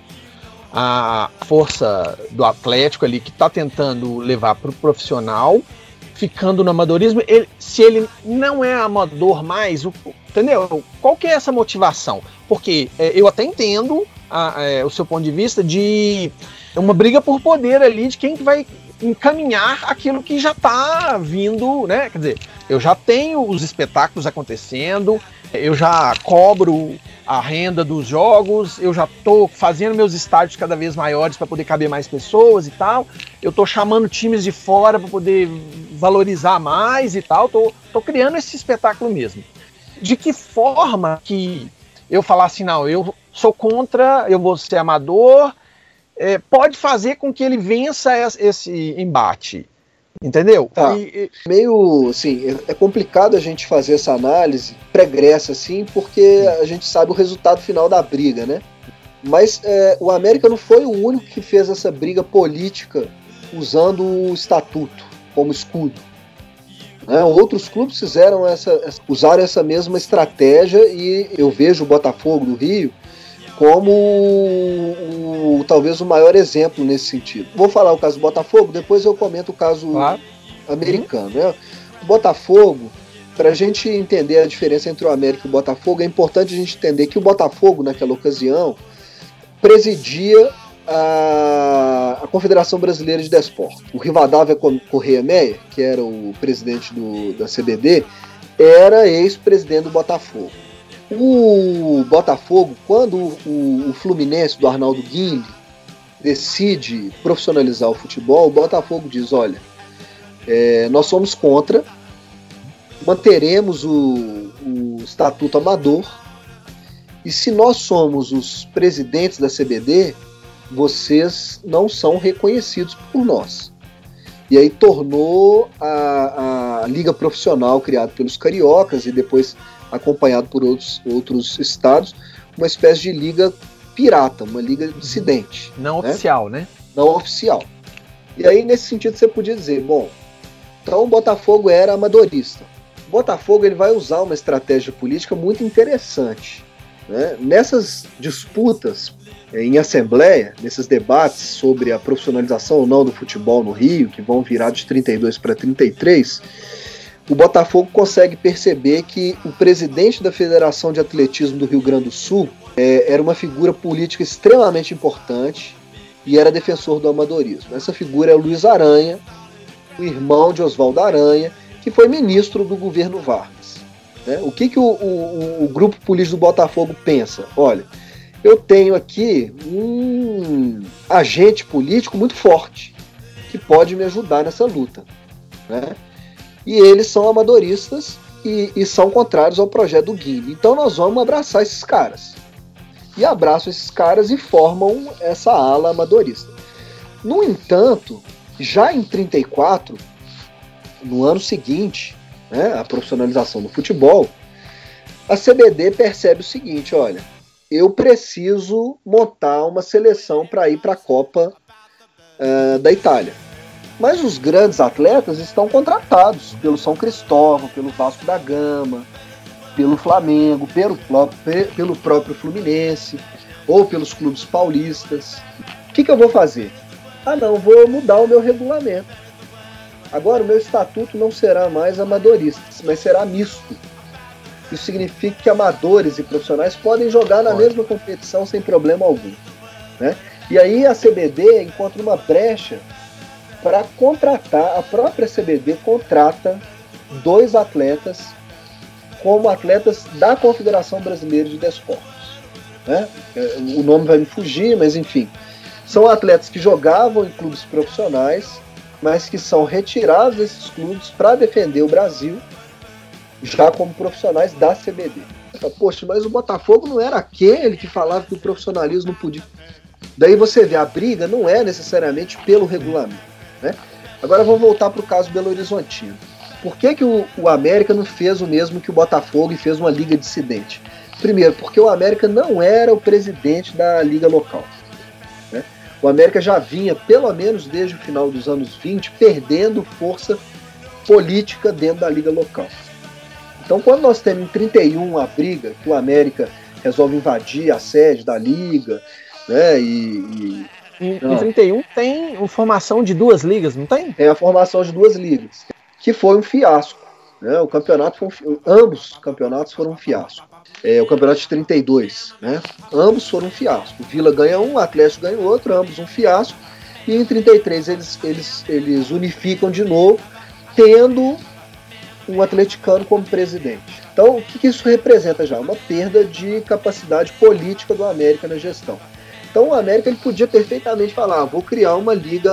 a força do Atlético ali, que está tentando levar para o profissional, ficando no amadorismo, ele, se ele não é amador mais, o, entendeu? Qual que é essa motivação? Porque é, eu até entendo a, é, o seu ponto de vista de uma briga por poder ali, de quem vai encaminhar aquilo que já está vindo, né? Quer dizer, eu já tenho os espetáculos acontecendo, eu já cobro a renda dos jogos, eu já estou fazendo meus estádios cada vez maiores para poder caber mais pessoas e tal, eu estou chamando times de fora para poder valorizar mais e tal, tô, tô criando esse espetáculo mesmo. De que forma que eu falar assim, não, eu sou contra, eu vou ser amador, é, pode fazer com que ele vença esse embate, entendeu? Tá. E, e... Meio, assim, é complicado a gente fazer essa análise pregressa, assim, porque a gente sabe o resultado final da briga, né? Mas é, o América não foi o único que fez essa briga política usando o estatuto como escudo. Né? Outros clubes fizeram essa, usaram essa mesma estratégia e eu vejo o Botafogo do Rio como o, o, talvez o maior exemplo nesse sentido. Vou falar o caso do Botafogo, depois eu comento o caso claro. americano. Né? O Botafogo, para a gente entender a diferença entre o América e o Botafogo, é importante a gente entender que o Botafogo, naquela ocasião, presidia a, a Confederação Brasileira de Desporto. O Rivadavia Correia Meyer, que era o presidente do, da C B D, era ex-presidente do Botafogo. O Botafogo, quando o, o Fluminense do Arnaldo Guinle decide profissionalizar o futebol, o Botafogo diz, olha, é, nós somos contra, manteremos o, o estatuto amador, e se nós somos os presidentes da C B D, vocês não são reconhecidos por nós. E aí tornou a, a liga profissional criada pelos cariocas e depois acompanhado por outros, outros estados, uma espécie de liga pirata, uma liga dissidente. Não né? oficial, né? Não oficial. E aí, nesse sentido, você podia dizer, bom, então o Botafogo era amadorista. O Botafogo ele vai usar uma estratégia política muito interessante. Né? Nessas disputas em assembleia, nesses debates sobre a profissionalização ou não do futebol no Rio, que vão virar de trinta e dois para trinta e três, o Botafogo consegue perceber que o presidente da Federação de Atletismo do Rio Grande do Sul é, era uma figura política extremamente importante e era defensor do amadorismo. Essa figura é o Luiz Aranha, o irmão de Oswaldo Aranha, que foi ministro do governo Vargas. Né? O que, que o, o, o grupo político do Botafogo pensa? Olha, eu tenho aqui um agente político muito forte que pode me ajudar nessa luta. Né? E eles são amadoristas e, e são contrários ao projeto do Guinle. Então nós vamos abraçar esses caras. E abraçam esses caras e formam essa ala amadorista. No entanto, já em trinta e quatro, no ano seguinte, né, a profissionalização do futebol, a C B D percebe o seguinte, olha, eu preciso montar uma seleção para ir para a Copa uh, da Itália. Mas os grandes atletas estão contratados pelo São Cristóvão, pelo Vasco da Gama, pelo Flamengo, pelo próprio, pelo próprio Fluminense, ou pelos clubes paulistas. O que, que eu vou fazer? Ah não, vou mudar o meu regulamento. Agora o meu estatuto não será mais amadorista, mas será misto. Isso significa que amadores e profissionais podem jogar na Pode. mesma competição sem problema algum. Né? E aí a C B D encontra uma brecha para contratar, a própria C B D contrata dois atletas como atletas da Confederação Brasileira de Desportos. Né? O nome vai me fugir, mas enfim. São atletas que jogavam em clubes profissionais, mas que são retirados desses clubes para defender o Brasil, já como profissionais da C B D. Poxa, mas o Botafogo não era aquele que falava que o profissionalismo não podia. Daí você vê, a briga não é necessariamente pelo regulamento. Né? Agora vamos voltar para o caso Belo Horizontino. Por que, que o, o América não fez o mesmo que o Botafogo e fez uma liga dissidente? Primeiro, porque o América não era o presidente da liga local. Né? O América já vinha, pelo menos desde o final dos anos vinte, perdendo força política dentro da liga local. Então, quando nós temos em trinta e um a briga, que o América resolve invadir a sede da liga, né, e... e em, em trinta e um tem a formação de duas ligas, não tem? Tem a formação de duas ligas, que foi um fiasco. Né? O campeonato foi um, ambos os campeonatos foram um fiasco. É, o campeonato de trinta e dois, né? Ambos foram um fiasco. O Vila ganha um, o Atlético ganha outro, ambos um fiasco. E em trinta e três eles, eles, eles unificam de novo, tendo um atleticano como presidente. Então, o que, que isso representa já? Uma perda de capacidade política do América na gestão. Então, o América ele podia perfeitamente falar, ah, vou criar uma liga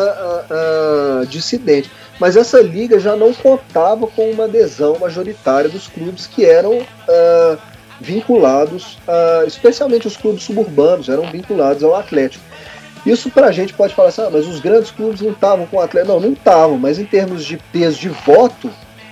uh, uh, dissidente. Mas essa liga já não contava com uma adesão majoritária dos clubes que eram uh, vinculados, uh, especialmente os clubes suburbanos, eram vinculados ao Atlético. Isso pra gente pode falar assim, ah, mas os grandes clubes não estavam com o Atlético. Não, não estavam, mas em termos de peso de voto,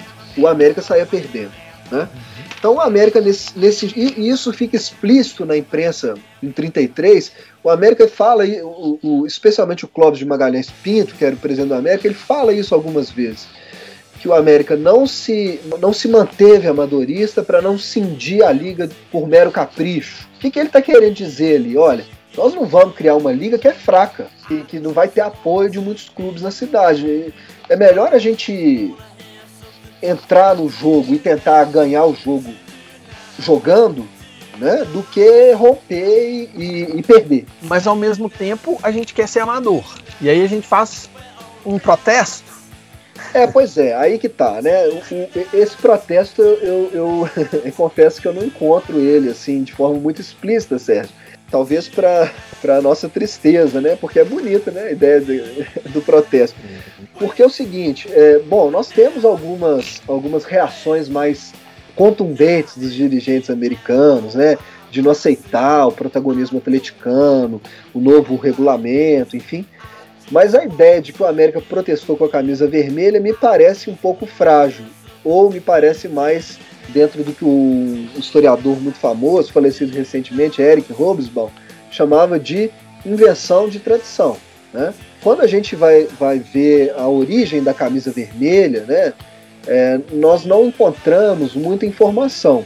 o América saía perdendo. Né? Então o América, nesse, nesse, e isso fica explícito na imprensa em trinta e três, o América fala, o, o, especialmente o Clóvis de Magalhães Pinto, que era o presidente do América, ele fala isso algumas vezes, que o América não se, não se manteve amadorista para não cindir a liga por mero capricho. O que, que ele está querendo dizer ali? Olha, nós não vamos criar uma liga que é fraca, que, que não vai ter apoio de muitos clubes na cidade. É melhor a gente entrar no jogo e tentar ganhar o jogo jogando né, do que romper e, e, e perder. Mas ao mesmo tempo a gente quer ser amador. E aí a gente faz um protesto. É, pois é, aí que tá, né? O, o, esse protesto eu, eu, eu confesso que eu não encontro ele assim de forma muito explícita, Sérgio. Talvez para para nossa tristeza, né? Porque é bonita, né, a ideia de, do protesto. Porque é o seguinte, é, bom, nós temos algumas, algumas reações mais contundentes dos dirigentes americanos, né? De não aceitar o protagonismo atleticano, o novo regulamento, enfim. Mas a ideia de que o América protestou com a camisa vermelha me parece um pouco frágil, ou me parece mais dentro do que o historiador muito famoso, falecido recentemente, Eric Hobsbawm, chamava de invenção de tradição, né? Quando a gente vai, vai ver a origem da camisa vermelha, né, é, nós não encontramos muita informação.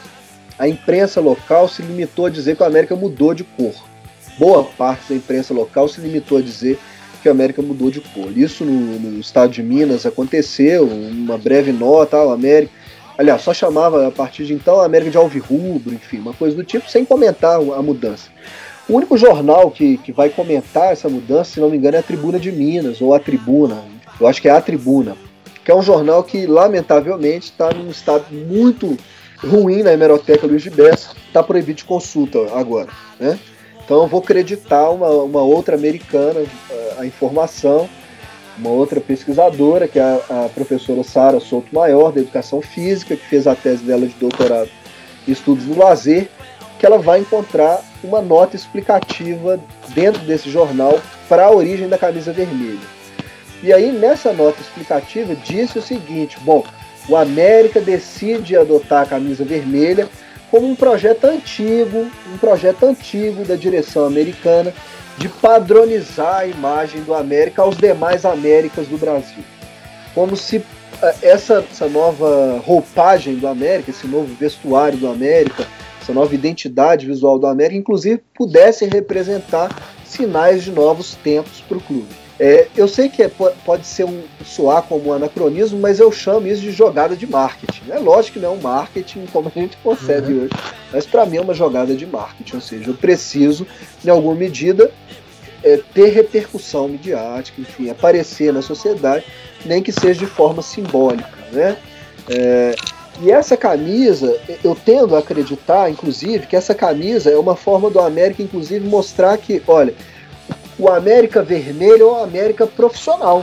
A imprensa local se limitou a dizer que o América mudou de cor. Boa parte da imprensa local se limitou a dizer que o América mudou de cor. Isso no, no estado de Minas aconteceu, uma breve nota, o América, aliás, só chamava a partir de então a América de alvirrubro, enfim, uma coisa do tipo, sem comentar a mudança. O único jornal que, que vai comentar essa mudança, se não me engano, é a Tribuna de Minas, ou a Tribuna, eu acho que é a Tribuna, que é um jornal que, lamentavelmente, está num estado muito ruim na hemeroteca Luiz de Bessa, está proibido de consulta agora, né? Então eu vou acreditar uma, uma outra americana a, a informação, uma outra pesquisadora, que é a, a professora Sara Souto-Maior, da Educação Física, que fez a tese dela de doutorado em Estudos do Lazer, que ela vai encontrar uma nota explicativa dentro desse jornal para a origem da camisa vermelha. E aí, nessa nota explicativa, disse o seguinte, bom, o América decide adotar a camisa vermelha como um projeto antigo, um projeto antigo da direção americana de padronizar a imagem do América aos demais Américas do Brasil. Como se essa, essa nova roupagem do América, esse novo vestuário do América, essa nova identidade visual do América, inclusive pudesse representar sinais de novos tempos para o clube. É, eu sei que é, pode ser um, soar como um anacronismo, mas eu chamo isso de jogada de marketing. É lógico que não é um marketing como a gente concebe uhum. hoje, mas para mim é uma jogada de marketing, ou seja, eu preciso, em alguma medida, é, ter repercussão midiática, enfim, aparecer na sociedade, nem que seja de forma simbólica, né? É, e essa camisa, eu tendo a acreditar, inclusive, que essa camisa é uma forma do América, inclusive, mostrar que, olha, o América vermelho é o América profissional.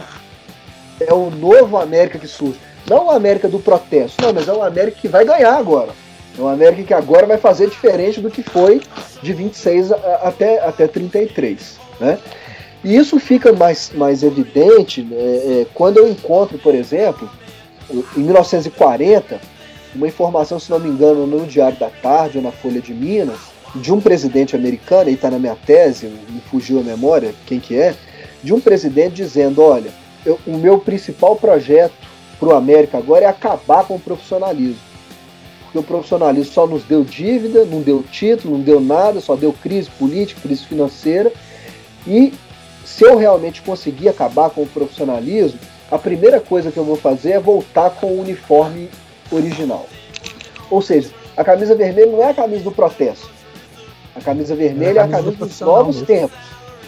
É o novo América que surge. Não o América do protesto, não, mas é o América que vai ganhar agora. É um América que agora vai fazer diferente do que foi de vinte e seis até, até trinta e três. Né? E isso fica mais, mais evidente né, é, quando eu encontro, por exemplo, em mil novecentos e quarenta, uma informação, se não me engano, no Diário da Tarde ou na Folha de Minas, de um presidente americano, e está na minha tese, me fugiu a memória quem que é, de um presidente dizendo, olha, eu, o meu principal projeto para o América agora é acabar com o profissionalismo. Porque o profissionalismo só nos deu dívida, não deu título, não deu nada, só deu crise política, crise financeira, e se eu realmente conseguir acabar com o profissionalismo, a primeira coisa que eu vou fazer é voltar com o uniforme original. Ou seja, a camisa vermelha não é a camisa do protesto. A camisa vermelha é a camisa, é a camisa dos novos mesmo. tempos.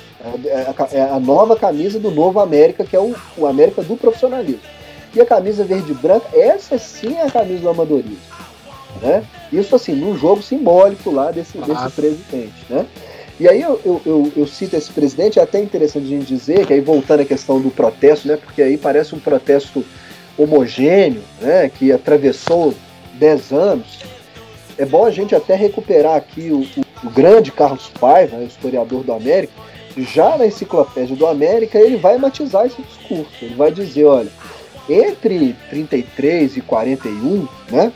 É a, é a nova camisa do novo América, que é o, o América do profissionalismo. E a camisa verde e branca, essa sim é a camisa do amadorismo. Né? Isso assim, num jogo simbólico lá desse, ah. desse presidente. Né? E aí eu, eu, eu, eu cito esse presidente, é até interessante a gente dizer, que aí voltando à questão do protesto, né, porque aí parece um protesto homogêneo, né, que atravessou dez anos. É bom a gente até recuperar aqui o, o, o grande Carlos Paiva, o historiador do América, já na Enciclopédia do América ele vai matizar esse discurso. Ele vai dizer, olha, entre trinta e três e quarenta e um, né,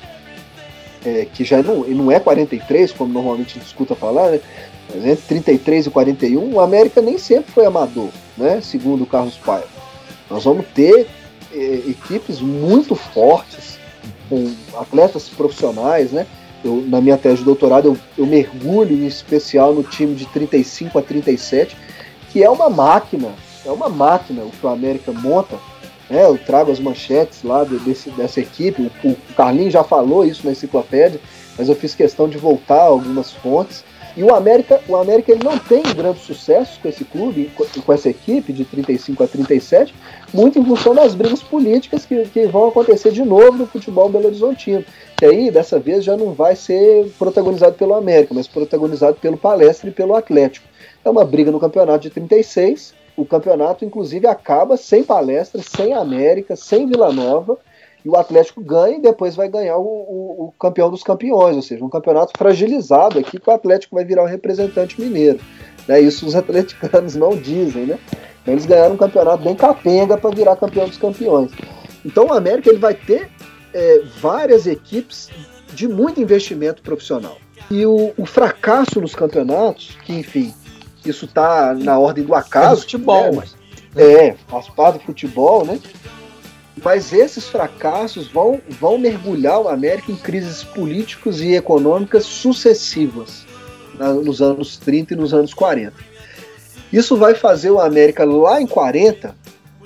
é, que já não, não é quarenta e três, como normalmente a gente escuta falar, né, mas entre trinta e três e quarenta e um, o América nem sempre foi amador, né, segundo o Carlos Paiva. Nós vamos ter é, equipes muito fortes, com atletas profissionais, né. Eu, na minha tese de doutorado, eu, eu mergulho em especial no time de trinta e cinco a trinta e sete, que é uma máquina, é uma máquina o que o América monta É, eu trago as manchetes lá desse, dessa equipe, o, o Carlinhos já falou isso na enciclopédia, mas eu fiz questão de voltar a algumas fontes. E o América, o América ele não tem grande sucesso com esse clube, com, com essa equipe de trinta e cinco a trinta e sete, muito em função das brigas políticas que, que vão acontecer de novo no futebol belo-horizontino. Que aí, dessa vez, já não vai ser protagonizado pelo América, mas protagonizado pelo Palestra e pelo Atlético. É uma briga no campeonato de trinta e seis, o campeonato, inclusive, acaba sem Palestra, sem América, sem Vila Nova, e o Atlético ganha e depois vai ganhar o, o, o campeão dos campeões, ou seja, um campeonato fragilizado aqui que o Atlético vai virar o representante mineiro. Né? Isso os atleticanos não dizem, né? Então, eles ganharam um campeonato bem capenga para virar campeão dos campeões. Então o América ele vai ter é, várias equipes de muito investimento profissional. E o, o fracasso nos campeonatos, que enfim, isso está na ordem do acaso. É do futebol, né? mas... É, faz parte do futebol, né? Mas esses fracassos vão, vão mergulhar o América em crises políticas e econômicas sucessivas na, nos anos trinta e nos anos quarenta. Isso vai fazer o América lá em quarenta,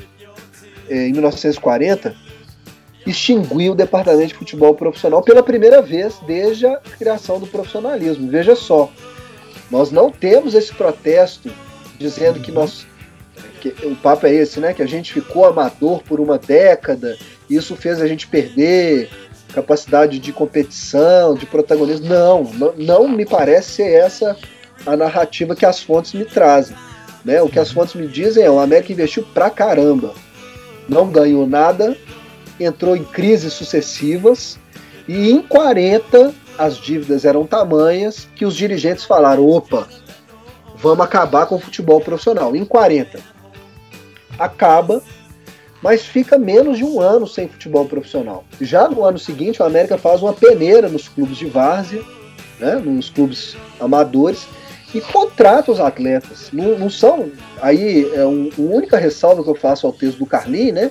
em mil novecentos e quarenta, extinguir o departamento de futebol profissional pela primeira vez desde a criação do profissionalismo. Veja só, nós não temos esse protesto dizendo que nós... Que o papo é esse, né? Que a gente ficou amador por uma década, isso fez a gente perder capacidade de competição, de protagonismo. Não, não, não me parece ser essa a narrativa que as fontes me trazem. Né? O que as fontes me dizem é: o América investiu pra caramba, não ganhou nada, entrou em crises sucessivas, e em quarenta as dívidas eram tamanhas que os dirigentes falaram: opa, vamos acabar com o futebol profissional. Em quarenta acaba, mas fica menos de um ano sem futebol profissional. Já no ano seguinte, o América faz uma peneira nos clubes de várzea, né, nos clubes amadores, e contrata os atletas. Não, não são... Aí, é um, a única ressalva que eu faço ao texto do Carlinhos, né,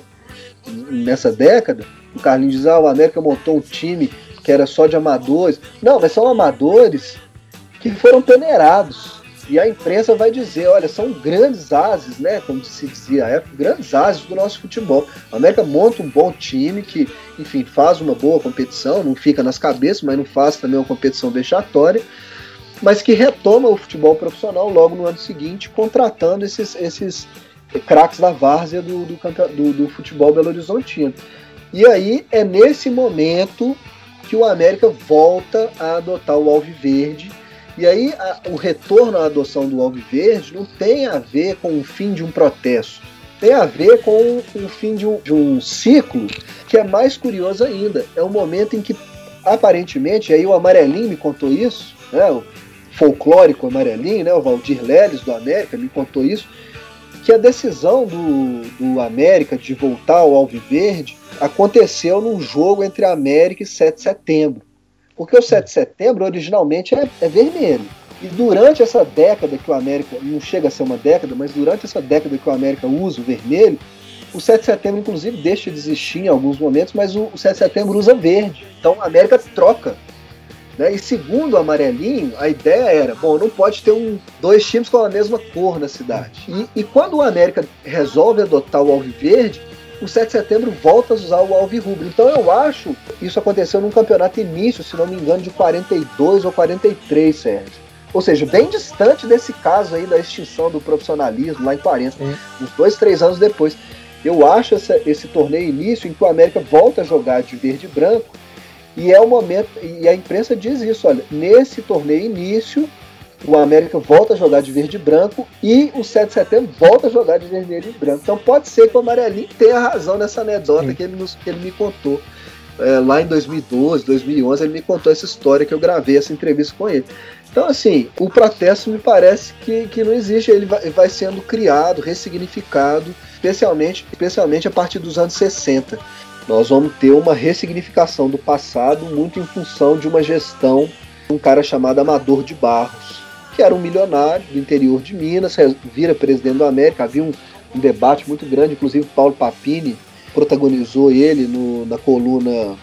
nessa década, o Carlinhos diz: ah, o América montou um time que era só de amadores. Não, mas são amadores que foram peneirados. E a imprensa vai dizer: olha, são grandes ases, né, como se dizia à época, grandes ases do nosso futebol. A América monta um bom time que, enfim, faz uma boa competição, não fica nas cabeças, mas não faz também uma competição vexatória, mas que retoma o futebol profissional logo no ano seguinte, contratando esses, esses craques da várzea do, do, do, do futebol belo-horizontino. E aí é nesse momento que o América volta a adotar o alviverde. E aí a, o retorno à adoção do alviverde não tem a ver com o fim de um protesto, tem a ver com o fim de um, de um ciclo que é mais curioso ainda. É um momento em que, aparentemente, e aí o Amarelinho me contou isso, né, o folclórico Amarelinho, né, o Valdir Leles do América me contou isso, que a decisão do, do América de voltar ao alviverde aconteceu num jogo entre a América e sete de setembro. Porque o sete de setembro originalmente é, é vermelho. E durante essa década que o América, não chega a ser uma década, mas durante essa década que o América usa o vermelho, o sete de setembro inclusive deixa de existir em alguns momentos, mas o, o sete de setembro usa verde. Então a América troca. Né? E segundo o Amarelinho, a ideia era: bom, não pode ter um, dois times com a mesma cor na cidade. E, e quando o América resolve adotar o alviverde, o sete de setembro volta a usar o alvirrubro. Então eu acho que isso aconteceu num campeonato início, se não me engano, de quarenta e dois ou quarenta e três, Sérgio. Ou seja, bem distante desse caso aí da extinção do profissionalismo lá em quarenta, Sim. uns dois, três anos depois. Eu acho essa, esse torneio início em que o América volta a jogar de verde e branco, e é o momento, e a imprensa diz isso: olha, nesse torneio início o América volta a jogar de verde e branco e o sete de setembro volta a jogar de vermelho e branco. Então pode ser que o Amarelinho tenha razão nessa anedota que ele, nos, que ele me contou. É, lá em dois mil e doze, dois mil e onze, ele me contou essa história que eu gravei, essa entrevista com ele. Então, assim, o protesto me parece que, que não existe, ele vai, vai sendo criado, ressignificado, especialmente, especialmente a partir dos anos sessenta. Nós vamos ter uma ressignificação do passado muito em função de uma gestão de um cara chamado Amador de Barros, que era um milionário do interior de Minas, vira presidente da América. Havia um, um debate muito grande, inclusive Paulo Papini protagonizou ele no, na coluna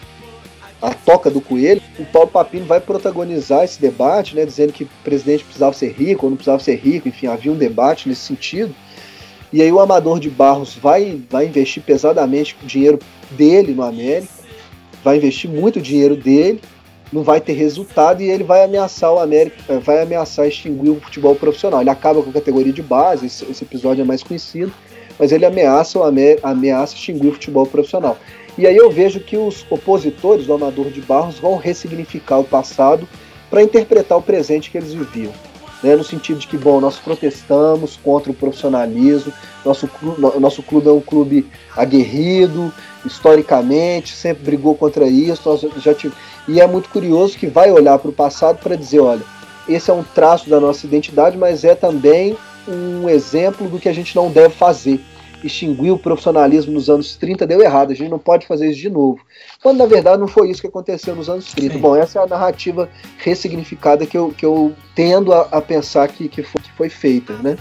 A Toca do Coelho. O Paulo Papini vai protagonizar esse debate, né, dizendo que o presidente precisava ser rico ou não precisava ser rico, enfim, havia um debate nesse sentido. E aí o Amador de Barros vai, vai investir pesadamente o dinheiro dele no América, vai investir muito dinheiro dele, não vai ter resultado e ele vai ameaçar o América, vai ameaçar extinguir o futebol profissional. Ele acaba com a categoria de base, esse, esse episódio é mais conhecido, mas ele ameaça, o América, ameaça extinguir o futebol profissional. E aí eu vejo que os opositores do Amador de Barros vão ressignificar o passado para interpretar o presente que eles viviam. Né, no sentido de que, bom, nós protestamos contra o profissionalismo, nosso clube, nosso clube é um clube aguerrido, historicamente, sempre brigou contra isso, nós já tive... e é muito curioso que vai olhar para o passado para dizer, olha, esse é um traço da nossa identidade, mas é também um exemplo do que a gente não deve fazer. Extinguir o profissionalismo nos anos trinta deu errado, a gente não pode fazer isso de novo. Quando na verdade não foi isso que aconteceu nos anos trinta. Sim. Bom, essa é a narrativa ressignificada que eu, que eu tendo a, a pensar que, que, foi, que foi feita, né?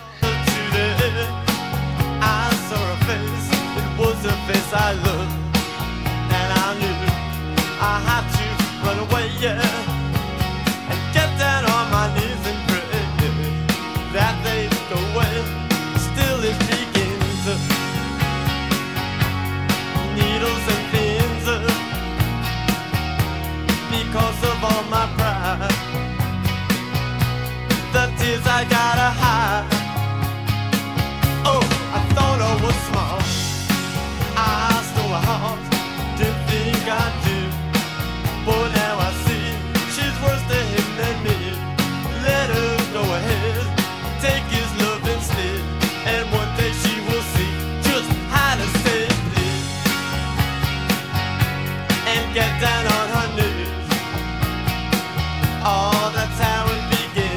I gotta hide. Oh, I thought I was smart. I stole her heart. Didn't think I did. But now I see she's worse to him than me. Let her go ahead. Take his love instead. And one day she will see just how to say it. And get down on her knees. Oh, that's how it begins.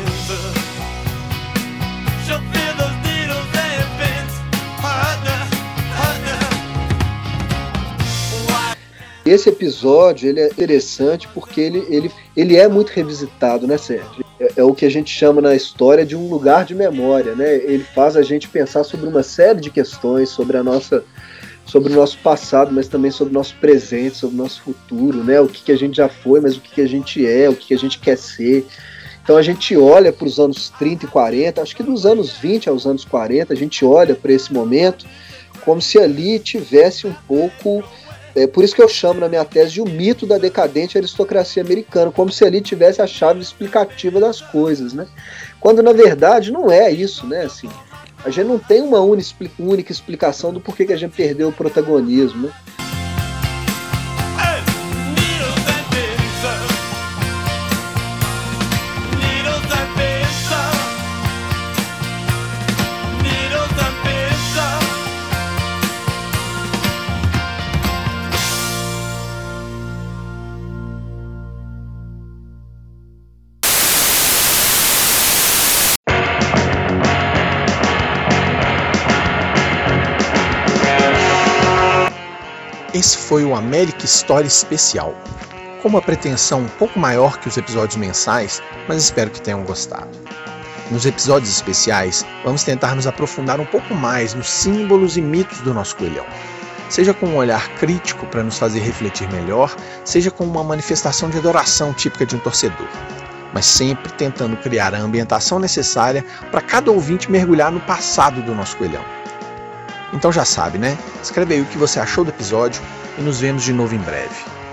Esse episódio ele é interessante porque ele, ele, ele é muito revisitado, né, Sérgio? É, é o que a gente chama na história de um lugar de memória, né? Ele faz a gente pensar sobre uma série de questões, sobre a nossa, sobre o nosso passado, mas também sobre o nosso presente, sobre o nosso futuro, né? O que, que a gente já foi, mas o que, que a gente é, o que, que a gente quer ser. Então a gente olha para os anos trinta e quarenta, acho que dos anos vinte aos anos quarenta, a gente olha para esse momento como se ali tivesse um pouco... É por isso que eu chamo na minha tese de o mito da decadente aristocracia americana, como se ali tivesse a chave explicativa das coisas, né? Quando na verdade não é isso, né? Assim, a gente não tem uma única explicação do porquê que a gente perdeu o protagonismo, né? Esse foi o América História Especial, com uma pretensão um pouco maior que os episódios mensais, mas espero que tenham gostado. Nos episódios especiais, vamos tentar nos aprofundar um pouco mais nos símbolos e mitos do nosso coelhão, seja com um olhar crítico para nos fazer refletir melhor, seja com uma manifestação de adoração típica de um torcedor, mas sempre tentando criar a ambientação necessária para cada ouvinte mergulhar no passado do nosso coelhão. Então já sabe, né? Escreve aí o que você achou do episódio e nos vemos de novo em breve.